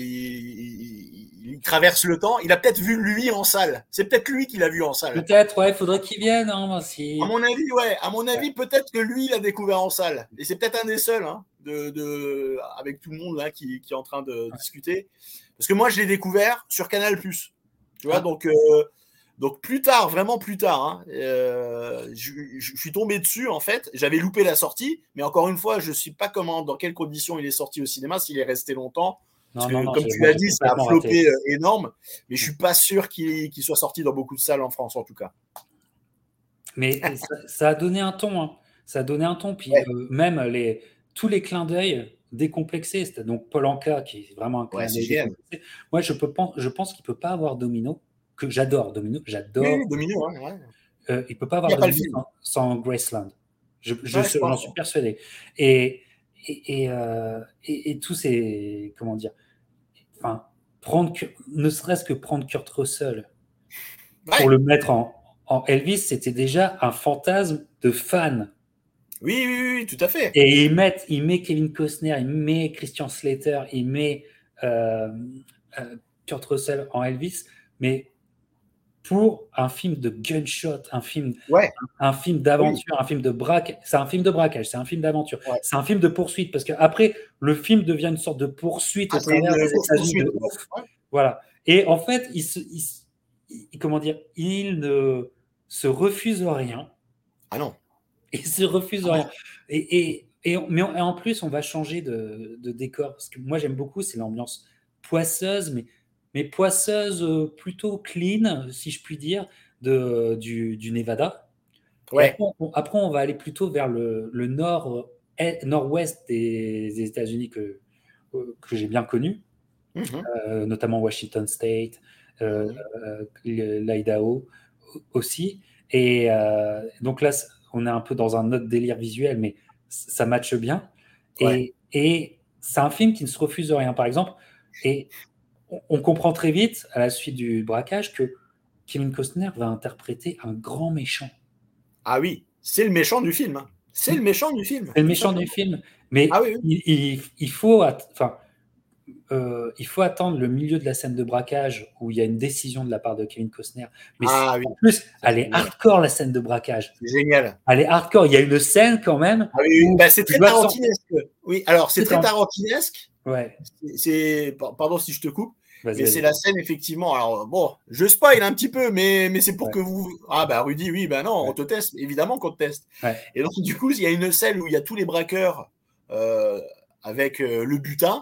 il- il traverse le temps, il a peut-être vu lui en salle. C'est peut-être lui qui l'a vu en salle. peut-être, ouais, il faudrait qu'il vienne. Hein, À si... mon avis, ouais. À mon ouais. avis, peut-être que lui, il l'a découvert en salle. Et c'est peut-être un des seuls, hein, de, de, avec tout le monde là qui, qui est en train de discuter. Parce que moi, je l'ai découvert sur Canal+. Tu vois, Ah, donc, euh, donc plus tard, vraiment plus tard, hein, euh, je, je, suis tombé dessus en fait. J'avais loupé la sortie, mais encore une fois, je suis pas comment, dans quelles conditions il est sorti au cinéma, s'il est resté longtemps. Parce non, non, que, non, comme j'ai, tu moi l'as j'ai dit, ça a complètement raté. flopé euh, énorme, mais je suis pas sûr qu'il, qu'il soit sorti dans beaucoup de salles en France, en tout cas. Mais ça, ça a donné un ton. Hein. Ça a donné un ton. Puis Ouais, euh, même les, tous les clins d'œil décomplexés. C'était donc Paul Anka qui est vraiment un ouais, clin c'est d'œil génial. décomplexé. Moi, je, peux, je pense qu'il ne peut pas avoir Domino, que j'adore Domino, Oui, j'adore. oui, Domino, hein, ouais. Euh, il ne peut pas Il n'y avoir a pas le Domino film. sans, sans Graceland. Je, je, Ouais, je j'en pense. suis persuadé. Et, et, et, euh, et, et tous ces. Comment dire? Enfin, prendre, ne serait-ce que prendre Kurt Russell pour Ouais. le mettre en, en Elvis, c'était déjà un fantasme de fan. Oui, oui, oui, oui, tout à fait. Et il met, il met Kevin Costner, il met Christian Slater, il met euh, euh, Kurt Russell en Elvis, mais pour un film de gunshot, un film, ouais. un, un film d'aventure, oui. un film de braquage. C'est un film de braquage, c'est un film d'aventure, ouais. c'est un film de poursuite, parce qu'après, le film devient une sorte de poursuite ah, au travers des États-Unis. De ouf. Ouais. Voilà. Et en fait, il se, il, il, comment dire, il ne se refuse rien. Ah non. Il se refuse ah rien. Non. Et, et, et, mais en, et en plus, on va changer de, de décor, parce que moi, j'aime beaucoup, c'est l'ambiance poisseuse, mais mais poisseuse plutôt clean, si je puis dire, de, du, du Nevada. Ouais. Et après, on, après, on va aller plutôt vers le, le nord, est, nord-ouest des, des États-Unis que, que j'ai bien connu, mm-hmm. euh, notamment Washington State, euh, mm-hmm. euh, l'Idaho aussi. Et euh, donc là, on est un peu dans un autre délire visuel, mais ça matche bien. Ouais. Et, et c'est un film qui ne se refuse rien, par exemple. Et on comprend très vite, à la suite du braquage, que Kevin Costner va interpréter un grand méchant. Ah oui, c'est le méchant du film. C'est le méchant du film. C'est le méchant du film. Mais ah oui, oui. Il, il, il, faut, enfin, euh, il faut attendre le milieu de la scène de braquage où il y a une décision de la part de Kevin Costner. Mais ah oui. en plus, elle est hardcore, la scène de braquage. C'est génial. Elle est hardcore. Il y a une scène quand même. Ah oui, bah, c'est très tarantinesque. Oui, alors c'est, c'est très tarantinesque. Ouais. C'est, pardon si je te coupe. Vas-y, mais vas-y. C'est la scène, effectivement. Alors, bon, je spoil un petit peu, mais, mais c'est pour ouais. que vous. Ah, bah, Rudy, oui, bah non, ouais. on te teste. Évidemment qu'on te teste. Ouais. Et donc, du coup, il y a une scène où il y a tous les braqueurs euh, avec euh, le butin.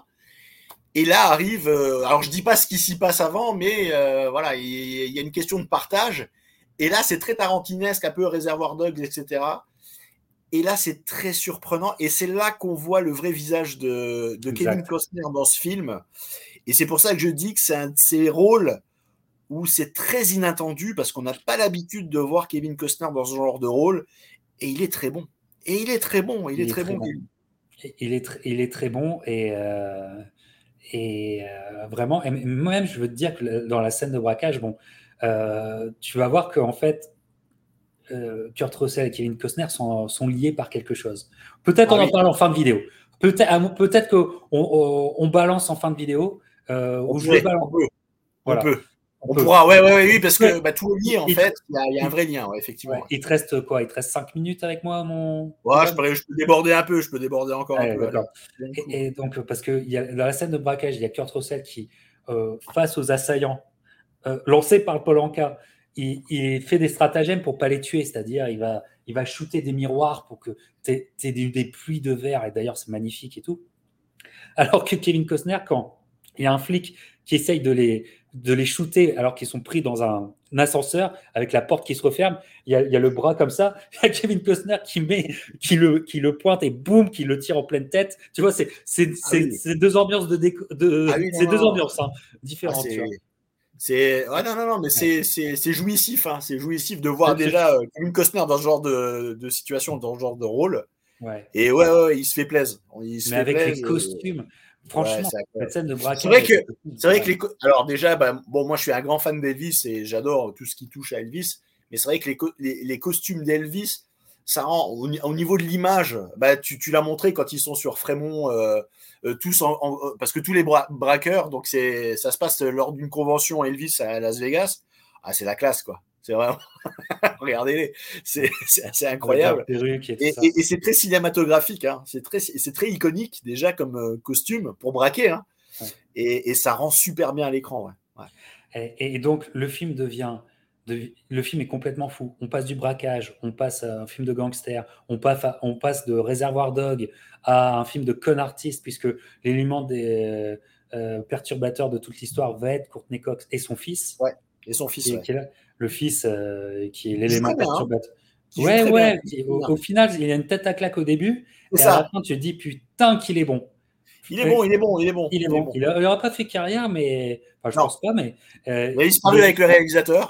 Et là arrive. Euh, alors, je dis pas ce qui s'y passe avant, mais euh, voilà, il y, y a une question de partage. Et là, c'est très tarantinesque, un peu Réservoir Dogs, et cetera. Et là, c'est très surprenant. Et c'est là qu'on voit le vrai visage de, de Kevin Costner dans ce film. Et c'est pour ça que je dis que c'est un de ces rôles où c'est très inattendu parce qu'on n'a pas l'habitude de voir Kevin Costner dans ce genre de rôle. Et il est très bon. Et il est très bon. Il, il est, est très, très bon. bon. Il, est tr- il est très bon. Et, euh, et euh, vraiment, et moi-même, je veux te dire que dans la scène de braquage, bon, euh, tu vas voir qu'en fait, euh, Kurt Russell et Kevin Costner sont, sont liés par quelque chose. Peut-être ah, on oui. en parle en fin de vidéo. Peut-être, peut-être qu'on on, on balance en fin de vidéo. Euh, on, où pourrait, je balance. on peut. Voilà. On peut. On, on peut. pourra, ouais, ouais, ouais, oui, parce que bah, tout est lié, en il, fait. Il y, a, il y a un vrai lien, ouais, effectivement. Ouais. Il te reste quoi? Il te reste cinq minutes avec moi, mon. Ouais, je peux, je peux déborder un peu, je peux déborder encore ouais, un peu. D'accord. Et, et donc, parce que il y a, dans la scène de braquage, il y a Kurt Russell qui, euh, face aux assaillants, euh, lancé par Paul Anka, il, il fait des stratagèmes pour pas les tuer, c'est-à-dire il va, il va shooter des miroirs pour que tu aies des, des pluies de verre, et d'ailleurs c'est magnifique et tout. Alors que Kevin Costner, quand il y a un flic qui essaye de les, de les shooter alors qu'ils sont pris dans un, un ascenseur avec la porte qui se referme, il y a, il y a le bras comme ça, il y a Kevin Costner qui, met, qui, le, qui le pointe et boum, qui le tire en pleine tête. Tu vois, c'est, c'est, ah c'est, oui. c'est deux ambiances, de déco, de, ah oui, c'est non, deux non, ambiances hein, différentes. Ah, c'est... Tu vois. C'est ouais, non non non mais c'est c'est c'est jouissif hein, c'est jouissif de voir déjà euh, Kevin Costner dans ce genre de, de situation, dans ce genre de rôle. Ouais. Et ouais, ouais il se fait plaisir. Il se mais fait avec plaise, les costumes, et... franchement, ouais, cette scène de braquage. C'est vrai que c'est vrai que les alors déjà bah, bon moi je suis un grand fan d'Elvis et j'adore tout ce qui touche à Elvis, mais c'est vrai que les les, les costumes d'Elvis ça rend au, au niveau de l'image, bah tu tu l'as montré quand ils sont sur Fremont. Euh, Euh, tous en, en, parce que tous les bra- braqueurs, donc c'est, ça se passe lors d'une convention Elvis à Las Vegas. Ah, c'est la classe, quoi. C'est vraiment. Regardez-les, c'est, c'est assez incroyable. Et, et, et, et c'est très cinématographique, hein. C'est très, c'est très iconique déjà comme euh, costume pour braquer, hein. Ouais. Et, et ça rend super bien à l'écran. Ouais. Ouais. Et, et donc le film devient. De, le film est complètement fou. On passe du braquage, on passe à un film de gangster, on passe, à, on passe de Réservoir Dog à un film de con artiste, puisque l'élément des euh, perturbateurs de toute l'histoire va être Courtney Cox et son fils. Ouais, et son fils. Qui, ouais. qui est là, le fils euh, qui est l'élément bien, perturbateur. Hein. Ouais, ouais. Qui, au, au final, il y a une tête à claque au début, c'est et ça. À la fin, tu te dis putain qu'il est bon. Il est bon, il est bon, il est bon. Il est bon. Il n'aura pas fait carrière, mais enfin, je non. pense pas, mais. Euh, il a disparu avec le réalisateur.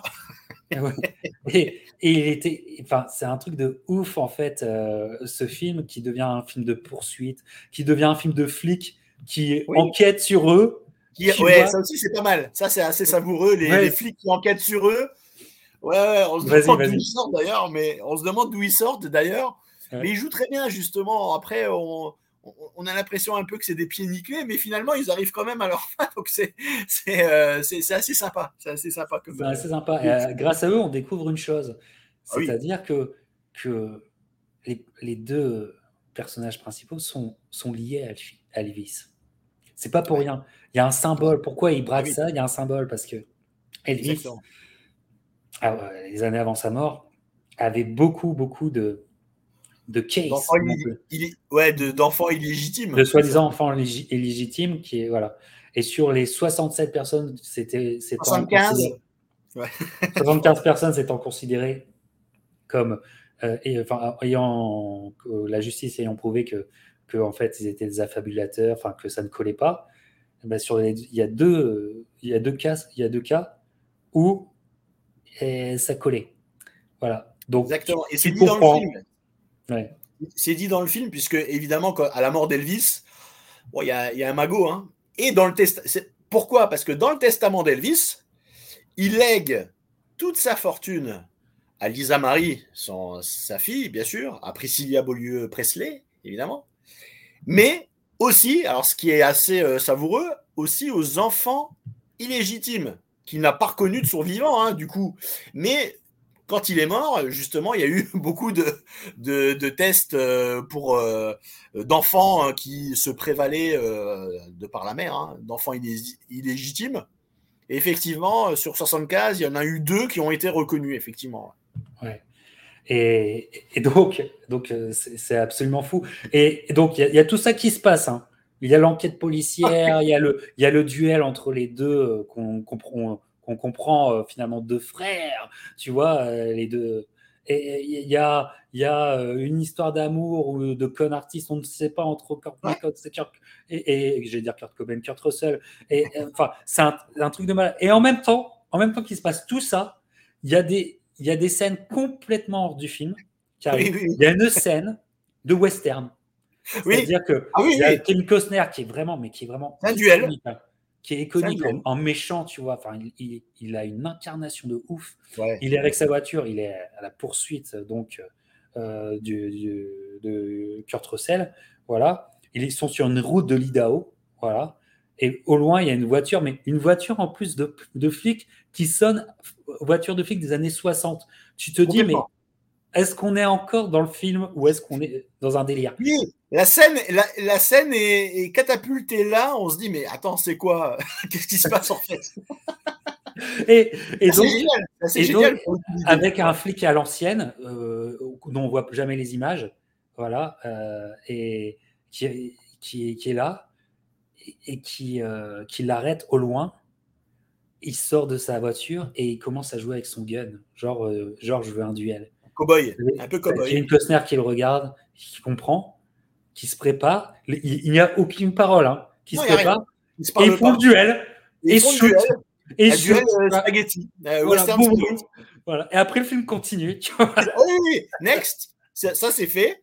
et, et il était, enfin, c'est un truc de ouf en fait, euh, ce film qui devient un film de poursuite, qui devient un film de flics qui oui. enquête sur eux. Qui, ouais, vois. Ça aussi c'est pas mal. Ça c'est assez savoureux, les, ouais. les flics qui enquêtent sur eux. Ouais, ouais on se vas-y, demande vas-y. d'où ils sortent d'ailleurs, mais on se demande d'où ils sortent d'ailleurs. Ouais. Mais ils jouent très bien justement. Après, on, on a l'impression un peu que c'est des pieds nickelés, mais finalement, ils arrivent quand même à leur fin. Donc, c'est, c'est, euh, c'est, c'est assez sympa. C'est assez sympa comme. C'est assez Euh, sympa. Et, euh, grâce à eux, on découvre une chose. ah oui. C'est-à-dire que, que les, les deux personnages principaux sont, sont liés à, Elvi- à Elvis. C'est pas pour Ouais. rien. Il y a un symbole. Pourquoi il Ah braque oui, ça? Il y a un symbole parce que Elvis, exactement. ah ouais, les années avant sa mort, avait beaucoup, beaucoup de, de cases, D'enfants, comme on illé- peut, illé- ouais, de, d'enfants de illégitimes, c'est ça. soi-disant enfants lég- illégitimes, qui est, voilà. Et sur les soixante-sept personnes c'était, s'étant soixante-quinze. considérées, Ouais. soixante-quinze personnes s'étant considérées comme euh, et, enfin, ayant que la justice ayant prouvé que, que en fait ils étaient des affabulateurs, enfin que ça ne collait pas. Eh ben, sur les, il y a deux il y a deux cas il y a deux cas où eh, ça collait. Voilà. Donc tu, Exactement. Et c'est tu dit dans le film. comprends. Ouais. C'est dit dans le film, puisque évidemment, quand- à la mort d'Elvis, bon, il y a, il y a un magot. Hein. Et dans le test, c'est- pourquoi? Parce que dans le testament d'Elvis, il lègue toute sa fortune à Lisa Marie, son, sa fille, bien sûr, à Priscilla Beaulieu Presley, évidemment, mais aussi, alors ce qui est assez euh, savoureux, aussi aux enfants illégitimes, qu'il n'a pas reconnus de son vivant, hein, du coup. Mais quand il est mort, justement, il y a eu beaucoup de, de, de tests euh, pour euh, d'enfants qui se prévalaient euh, de par la mère, hein, d'enfants illé- illégitimes. Et effectivement, sur soixante-quinze, il y en a eu deux qui ont été reconnus, effectivement. Ouais. Et, et donc, donc euh, c'est, c'est absolument fou. Et, et donc, il y, a- il y a tout ça qui se passe. Hein. Il y a l'enquête policière, il y a le, il y a le duel entre les deux euh, qu'on comprend, qu'on comprend euh, finalement deux frères, tu vois, euh, les deux. Et et il y a, il y a euh, une histoire d'amour ou de con artiste, on ne sait pas entre Kurt, Ouais. Kurt, Kurt et, et je vais dire Kurt Cobain, Kurt Russell. Et euh, enfin, c'est un, un truc de mal. Et en même temps, en même temps qu'il se passe tout ça, il y a des il y a des scènes complètement hors du film qui Oui, arrivent. oui, Il y a une scène de western. oui. C'est-à-dire que Ah oui, il y a oui. Kevin Costner qui est vraiment, mais qui est vraiment C'est un duel. iconique, hein, qui est C'est un iconique en, duel. en méchant, tu vois. Enfin, il, il, il a une incarnation de ouf. Ouais. Il est avec sa voiture, il est à la poursuite donc euh, du, du, de Kurt Russell. Voilà. Ils sont sur une route de l'Idaho. Voilà. Et au loin, il y a une voiture, mais une voiture en plus de, de flics qui sonne voiture de flics des années soixante. Tu te dis, mais Complètement. est-ce qu'on est encore dans le film ou est-ce qu'on est dans un délire? Oui, la scène, la, la scène est, est catapultée là. On se dit, mais attends, c'est quoi? Qu'est-ce qui se passe en fait? Et, et C'est donc, génial. C'est et donc génial pour l'idée. avec un flic à l'ancienne, euh, dont on voit jamais les images, voilà, euh, et qui, qui, qui est là et, et qui, euh, qui l'arrête au loin. Il sort de sa voiture et il commence à jouer avec son gun, genre, euh, genre je veux un duel. Cowboy, un peu T'as cowboy. Kevin Costner qui le regarde, qui comprend, qui se prépare. Il, il n'y a aucune parole, hein, qui Non, se il n'y a rien. prépare Ils se et ils parlent font le pas. duel Et et ils font le duel. shoot et Un duel shoot. euh, Voilà, spaghetti. Euh, voilà, western boum, spaghetti. boum. Voilà. Et après le film continue. Tu vois. Ah oui, oui, next. Ça, ça, c'est fait.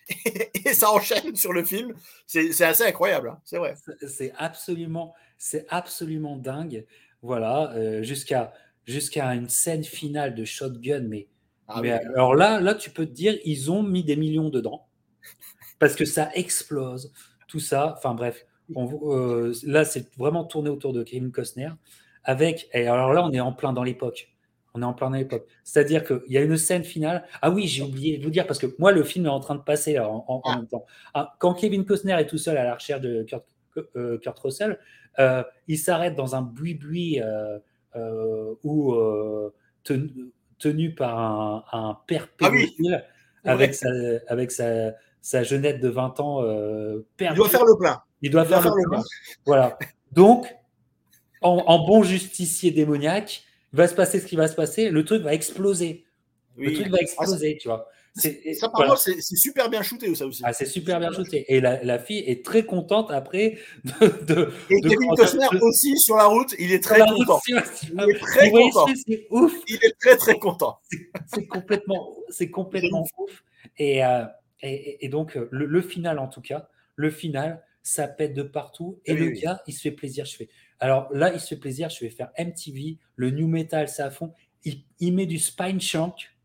Et ça enchaîne sur le film. C'est c'est assez incroyable. Hein. C'est vrai. C'est absolument, c'est absolument dingue. Voilà, euh, jusqu'à jusqu'à une scène finale de shotgun, mais Ah mais oui, oui. alors là, là, tu peux te dire, ils ont mis des millions dedans parce que ça explose, tout ça. Enfin bref, on, euh, là, c'est vraiment tourné autour de Kevin Costner. Avec, et alors là, on est en plein dans l'époque. On est en plein dans l'époque. C'est-à-dire qu'il y a une scène finale. Ah oui, j'ai oublié de vous dire, parce que moi, le film est en train de passer là, en, en, en Ah, même temps. Ah, quand Kevin Costner est tout seul à la recherche de Kurt, euh, Kurt Russell, euh, il s'arrête dans un boui-boui euh, euh, où, euh, tenu, tenu par un, un père ah oui, pédophile c'est avec vrai. sa, avec sa, sa jeunette de vingt ans euh, Il doit perdue. faire le plein. Il doit Il doit faire le faire le plein. plein. Voilà. Donc, en, en bon justicier démoniaque, il va se passer ce qui va se passer, le truc va exploser. Le truc Oui. va Ah, ça, exploser, tu vois. C'est, ça, par voilà. contre, c'est c'est super bien shooté, ça aussi. Ah, c'est super Super bien bien shooté. Et la, la fille est très contente après de, de, Et de, Kevin comment dire, Costner de- aussi sur la route, il est sur très la route. content. Tu vois, tu vois. Il est Vous très voyez ce content. film, c'est ouf. Il est très très content. C'est complètement, c'est complètement ouf. Et, euh, et, et donc, euh, le, le final, en tout cas, le final, ça pète de partout. Et Ah le oui, oui. gars, il se fait plaisir. Je fais, alors là, il se fait plaisir. Je vais faire M T V. Le new metal, c'est à fond. Il, il met du Spine Shank.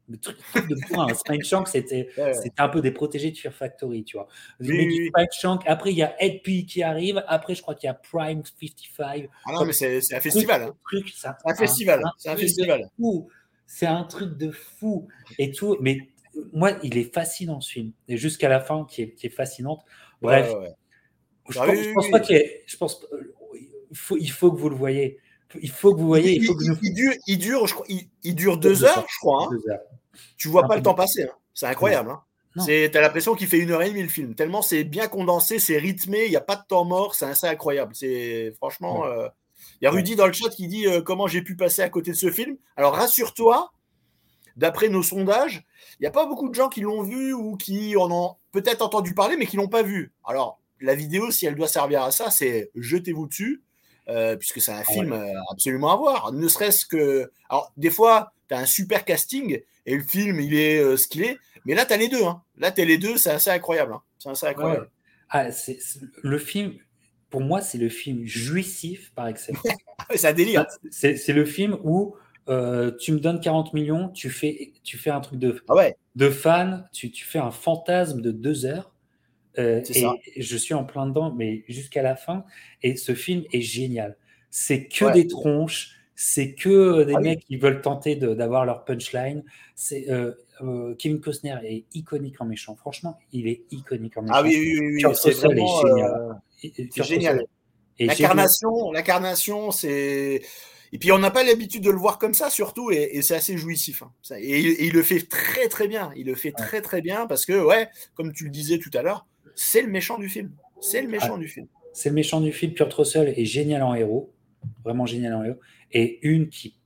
le truc, truc de bourrin. Spike Shank, c'était, Ouais, ouais. c'était un peu des protégés de Fear Factory, tu vois. Oui, Mais oui, du oui. Spike Shank, après, il y a Ed P qui arrive, après, je crois qu'il y a Prime cinquante-cinq. Ah non, Comme mais c'est c'est un truc, festival. Hein. truc, ça, C'est un un, festival. un C'est un truc de festival. fou. C'est un truc de fou. Et tout. Mais moi, il est fascinant, ce film. Et jusqu'à la fin, qui est, qui est fascinante. Ouais, Bref, ouais, ouais. je Ah oui, pense, je oui, pense pas oui. qu'il y ait. Je pense, euh, il, faut, il faut que vous le voyez. Il faut que vous Il, voyez. Il il, faut que il, nous. il dure, il, dure, je crois, il, il dure Deux deux heures. heures, je crois. Hein. Deux heures. Tu vois Un pas peu le temps moins. passer. Hein. C'est Non. incroyable. Hein. Non. T'as l'impression qu'il fait une heure et demie le film. Tellement c'est bien condensé, c'est rythmé, il n'y a pas de temps mort, c'est assez incroyable. C'est franchement. Ouais. Euh... Il y a Ouais. Rudy dans le chat qui dit euh, comment j'ai pu passer à côté de ce film. Alors rassure-toi, d'après nos sondages, il n'y a pas beaucoup de gens qui l'ont vu ou qui en ont peut-être entendu parler, mais qui l'ont pas vu. Alors la vidéo, si elle doit servir à ça, c'est jetez-vous dessus, euh, puisque c'est un Ah film ouais. euh, absolument à voir. Ne serait-ce que, alors des fois, tu as un super casting et le film il est euh, ce qu'il est. Mais là, tu as les deux. Hein. Là, tu as les deux, c'est assez incroyable. Hein. C'est assez incroyable. Ouais. Ah, c'est, c'est- le film, pour moi, c'est le film jouissif par excellence. C'est un délire. C'est, c'est le film où euh, tu me donnes quarante millions, tu fais, tu fais un truc de, Ah ouais, de fan, tu, tu fais un fantasme de deux heures, euh, c'est ça. et je suis en plein dedans, mais jusqu'à la fin. Et ce film est génial. C'est que Ouais. des tronches, c'est que des Ah oui. mecs qui veulent tenter de- d'avoir leur punchline. C'est, euh, euh, Kevin Costner est iconique en méchant. Franchement, il est iconique en Ah méchant. oui, oui, oui, oui. Kurt C'est Russell est vraiment. génial. Euh, c'est Kurt Russell génial. est génial. L'incarnation, l'incarnation, c'est. Et puis on n'a pas l'habitude de le voir comme ça, surtout, et, et c'est assez jouissif. Hein. Ça- Et, il- et il le fait très très bien. Il le fait Ouais. très très bien parce que, ouais, comme tu le disais tout à l'heure, c'est le méchant du film. C'est le méchant Ah, du film. c'est le méchant du film. Kurt Russell est génial en héros, vraiment génial en héros. Et une qui,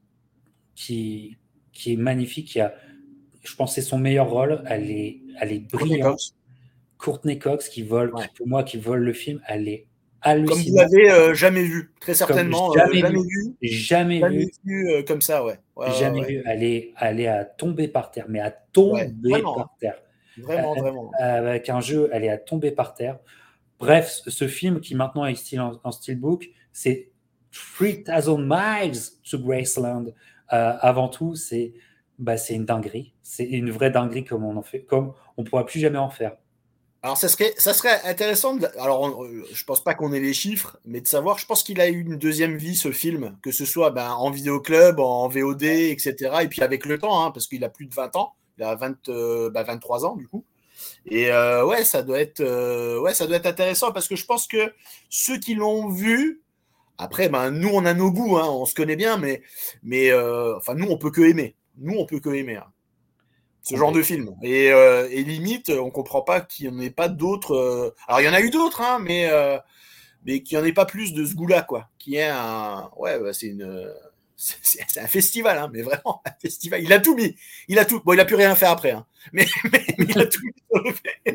qui, qui est magnifique, qui a, je pense, que c'est son meilleur rôle. Elle est, elle est Courtney brillante. Cox. Courtney Cox qui vole, Ouais. qui, pour moi, qui vole le film, elle est Comme vous hallucinante. l'avez euh, jamais vu, très Comme certainement, euh, jamais jamais vu, vu, jamais jamais vu, vu euh, comme ça, ouais. Ouais, ouais, jamais ouais. vu. Elle est, elle est à tomber par terre, mais à Ouais, tomber vraiment, hein. par terre. Vraiment, Euh, vraiment. Avec un jeu, elle est à tomber par terre. Bref, ce film qui maintenant est style en, en steelbook, c'est three thousand Miles to Graceland. Euh, avant tout, c'est bah, c'est une dinguerie. C'est une vraie dinguerie comme on en fait, comme on ne pourra plus jamais en faire. Alors, ça serait, ça serait intéressant. De, alors, on, je pense pas qu'on ait les chiffres, mais de savoir. Je pense qu'il a eu une deuxième vie, ce film, que ce soit ben, en vidéoclub, en V O D, et cetera. Et puis avec le temps, hein, parce qu'il a plus de vingt ans, il a vingt, euh, ben, vingt-trois ans du coup. Et euh, ouais, ça doit être, euh, ouais, ça doit être intéressant parce que je pense que ceux qui l'ont vu, après, ben nous on a nos goûts, hein, on se connaît bien, mais, mais, euh, enfin nous on peut que aimer. Nous on peut que aimer. Hein. Ce genre de film. Et, euh, et limite, on comprend pas qu'il n'y en ait pas d'autres. Euh... Alors, il y en a eu d'autres, hein, mais, euh, mais qu'il n'y en ait pas plus de ce goût-là, quoi. Qui est un. Ouais, bah, c'est une. C'est, c'est un festival, hein, mais vraiment un festival. Il a tout mis. Il a tout. Bon, il a plus rien fait après, hein. Mais, mais, mais il a tout mis.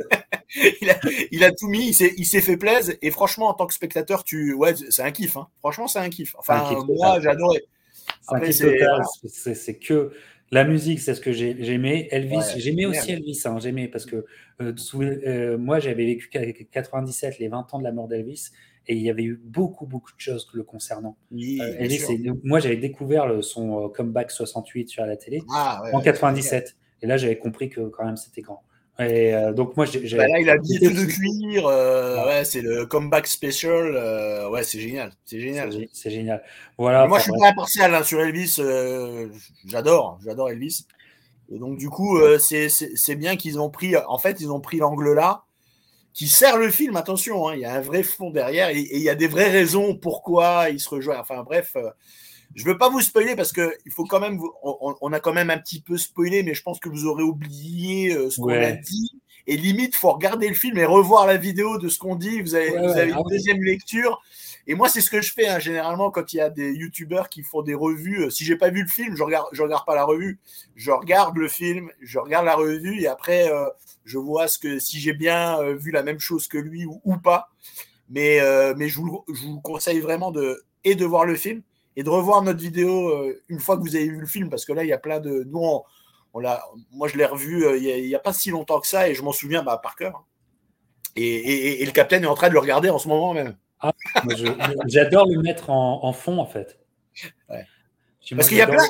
il, a, il a tout mis. Il s'est, il s'est fait plaisir. Et franchement, en tant que spectateur, tu. Ouais, c'est un kiff. Hein. Franchement, c'est un kiff. Enfin, C'est un kiff moi, total. j'ai adoré. C'est un Après, kiff c'est. total. Voilà. C'est, c'est que la musique, c'est ce que j'ai, j'aimais. Elvis, Ouais, j'aimais aussi génial. Elvis. Hein, j'aimais parce que euh, sous, euh, moi, j'avais vécu quatre-vingt-dix-sept, les vingt ans de la mort d'Elvis, et il y avait eu beaucoup, beaucoup de choses le concernant. Oui, Euh, bien Elvis, sûr. et, moi, j'avais découvert le, son euh, comeback soixante-huit sur la télé Ah, ouais, en ouais, c'est génial. quatre-vingt-dix-sept. Et là, j'avais compris que quand même, c'était grand. Et euh, donc, moi, j'ai, Bah j'ai, là, il a habillé j'étais tout de aussi. cuir. Euh, Voilà, ouais, c'est le comeback special. Euh, ouais, c'est génial. C'est c'est, génial. gé- c'est génial. Voilà, Mais moi, enfin je suis bref. pas impartial hein, sur Elvis. Euh, j'adore. J'adore Elvis. Et donc, du coup, euh, c'est, c'est, c'est bien qu'ils ont pris. En fait, ils ont pris l'angle là qui sert le film. Attention, hein, il y a un vrai fond derrière et, et il y a des vraies raisons pourquoi ils se rejoignent. Enfin, bref. Euh, je veux pas vous spoiler parce que il faut quand même. Vous, on, on a quand même un petit peu spoilé, mais je pense que vous aurez oublié euh, ce qu'on a Ouais. dit. Et limite, faut regarder le film et revoir la vidéo de ce qu'on dit. Vous avez, Ouais, vous ouais. avez Ah une oui. deuxième lecture. Et moi, c'est ce que je fais hein, généralement quand il y a des youtubeurs qui font des revues. Si j'ai pas vu le film, je regarde, je regarde pas la revue. Je regarde le film, je regarde la revue et après, euh, je vois ce que si j'ai bien euh, vu la même chose que lui ou, ou pas. Mais, euh, mais je, vous, je vous conseille vraiment de et de voir le film et de revoir notre vidéo euh, une fois que vous avez vu le film parce que là, il y a plein de nous. On, on l'a, moi, je l'ai revu euh, il n'y a, a pas si longtemps que ça et je m'en souviens bah, par cœur. Et, et, et le capitaine est en train de le regarder en ce moment même. Ah, moi, je, j'adore le mettre en, en fond, en fait. Ouais. Puis Parce moi, qu'il y a j'adore plein, le...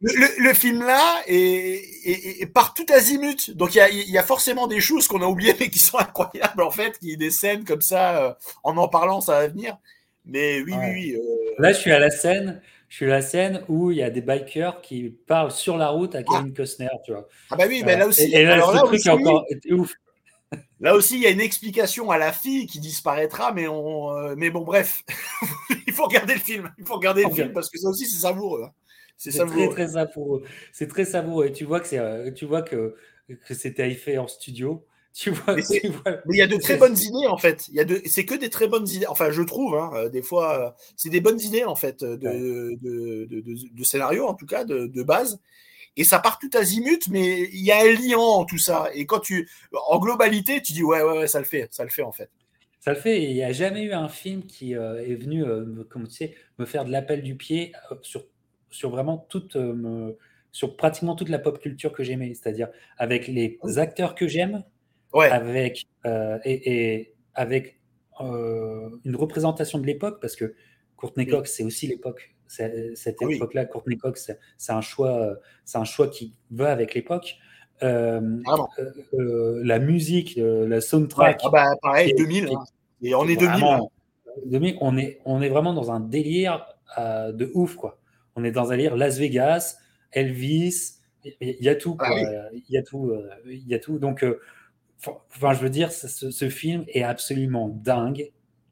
le, le, le film là est, est, est part tout azimut. Donc il y a, il y a forcément des choses qu'on a oubliées mais qui sont incroyables en fait, qui des scènes comme ça, euh, en en parlant, ça va venir. Mais oui, Ouais. oui, oui. Euh... Là, je suis à la scène, je suis à la scène où il y a des bikers qui parlent sur la route à Ah, Kevin Costner, tu vois. ah bah oui, ben Euh, là aussi. et, et là, Alors ce là truc est aussi, encore est ouf. là aussi, il y a une explication à la fille qui disparaîtra, mais on, euh, mais bon, bref, il faut regarder le film. Il faut regarder le film parce que ça aussi, c'est savoureux. Hein. C'est C'est très savoureux. très savoureux. C'est très savoureux. Et tu vois que c'est, euh, tu vois que que c'était fait en studio. Tu vois, Mais c'est, tu vois. mais il y a de très c'est- bonnes idées en fait. Il y a de, c'est que des très bonnes idées. Enfin, je trouve. Hein, euh, des fois, euh, c'est des bonnes idées en fait de ouais. de, de, de, de, de scénario en tout cas de, de base. Et ça part tout azimut, mais il y a un lien en tout ça. Et quand tu, en globalité, tu dis ouais, ouais, ouais, ça le fait, ça le fait en fait. Ça le fait. Et il n'y a jamais eu un film qui euh, est venu, euh, me- comme tu sais, me faire de l'appel du pied euh, sur sur vraiment toute, euh, me- sur pratiquement toute la pop culture que j'aimais. C'est-à-dire avec les acteurs que j'aime, Ouais, avec euh, et, et avec euh, une représentation de l'époque, parce que Courtney oui, Cox, c'est aussi l'époque. C'est- Cette ah oui, époque-là, Courtney Cox, c'est c'est un choix, euh, c'est un choix qui va avec l'époque. Euh, carrément. euh, euh, la musique, euh, la Ouais, ah soundtrack, bah qui pareil, est, deux mille. qui est- Hein. Et on qui est est deux mille. Hein. vraiment demi- on est, on est vraiment dans un délire euh, de ouf, quoi. On est dans un délire Las Vegas, Elvis, il y, y a tout, Ah bah quoi. oui, Il y a tout, euh, il y a tout. Donc, euh, enfin, je veux dire, ce, ce film est absolument dingue.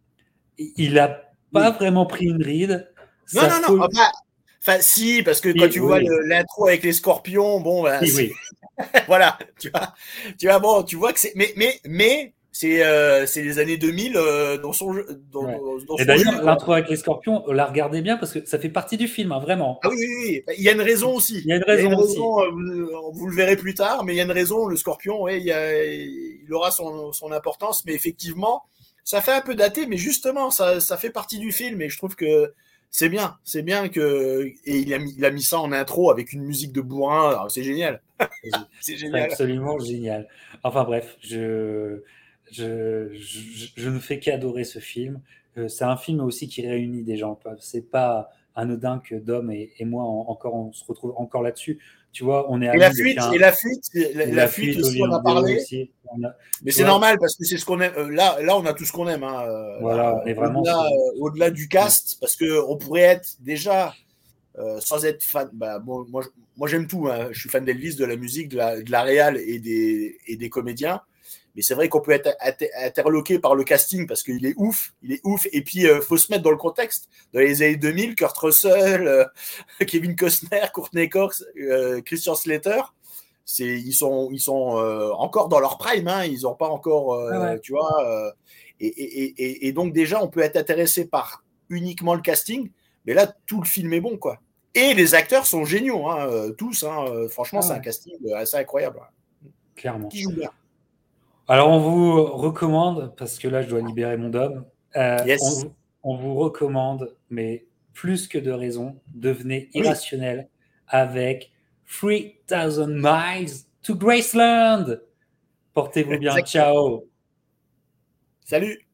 Il n'a pas oui. vraiment pris une ride. Non, Ça non, non. peut. Ah bah, enfin, si, parce que quand Oui, tu vois oui, le- l'intro avec les scorpions, bon, bah, oui, c'est- oui. voilà, tu vois, tu vois, bon, tu vois que c'est, mais, mais, mais, c'est, euh, c'est les années deux mille euh, dans son, jeu- dans, Ouais. dans, dans Et son jus, d'ailleurs, quoi. l'intro avec les scorpions, la regardez bien parce que ça fait partie du film, hein, vraiment. Ah oui, oui, oui. Bah, il y a une raison Il aussi. y a une Il y a une raison aussi. raison, euh, vous, vous le verrez plus tard, mais il y a une raison. Le scorpion, ouais, il, y a, il aura son, son importance, mais effectivement, ça fait un peu daté, mais justement, ça, ça fait partie du film et je trouve que c'est bien. C'est bien que. Et il a, mis, il a mis ça en intro avec une musique de bourrin. Alors, c'est génial. C'est C'est génial. absolument génial. Enfin bref, je, je, je, je ne fais qu'adorer ce film. Euh, c'est un film aussi qui réunit des gens. C'est pas anodin que Dom et, et moi en- encore on se retrouve encore là-dessus. Tu vois, on est Et la amis depuis fuite, et un. la fuite, la, Et la la fuite fuite aux aussi, jeux on a vidéo parlé. aussi. On a- Mais tu c'est vois, normal parce que c'est ce qu'on aime. Euh, Là, là, on a tout ce qu'on aime. Hein. Euh, voilà, Là, on est vraiment au-delà, sur. euh, au-delà du cast, parce que on pourrait être déjà euh, sans être fan. Bah, bon, moi, moi, j'aime tout. Hein. Je suis fan d'Elvis, de la musique, de la, de la réal et des, et des comédiens. Mais c'est vrai qu'on peut être interloqué par le casting parce qu'il est ouf, il est ouf. Et puis, euh, faut se mettre dans le contexte. Dans les années deux mille, Kurt Russell, euh, Kevin Costner, Courtney Cox, euh, Christian Slater, c'est, ils sont, ils sont euh, encore dans leur prime. Hein, ils n'ont pas encore, Ah euh, ouais. tu vois. Euh, et, et, et, et donc déjà, on peut être intéressé par uniquement le casting, mais là, tout le film est bon, quoi. Et les acteurs sont géniaux, hein, euh, tous. Hein, franchement, Ah c'est un ouais, casting assez incroyable. Hein. clairement. Qui joue bien. Alors, on vous recommande, parce que là, je dois libérer mon Dom, euh, on, Yes. vous- on vous recommande, mais plus que de raison, devenez Oui, irrationnel avec three thousand Miles to Graceland. Portez-vous bien. exactement. Ciao. Salut.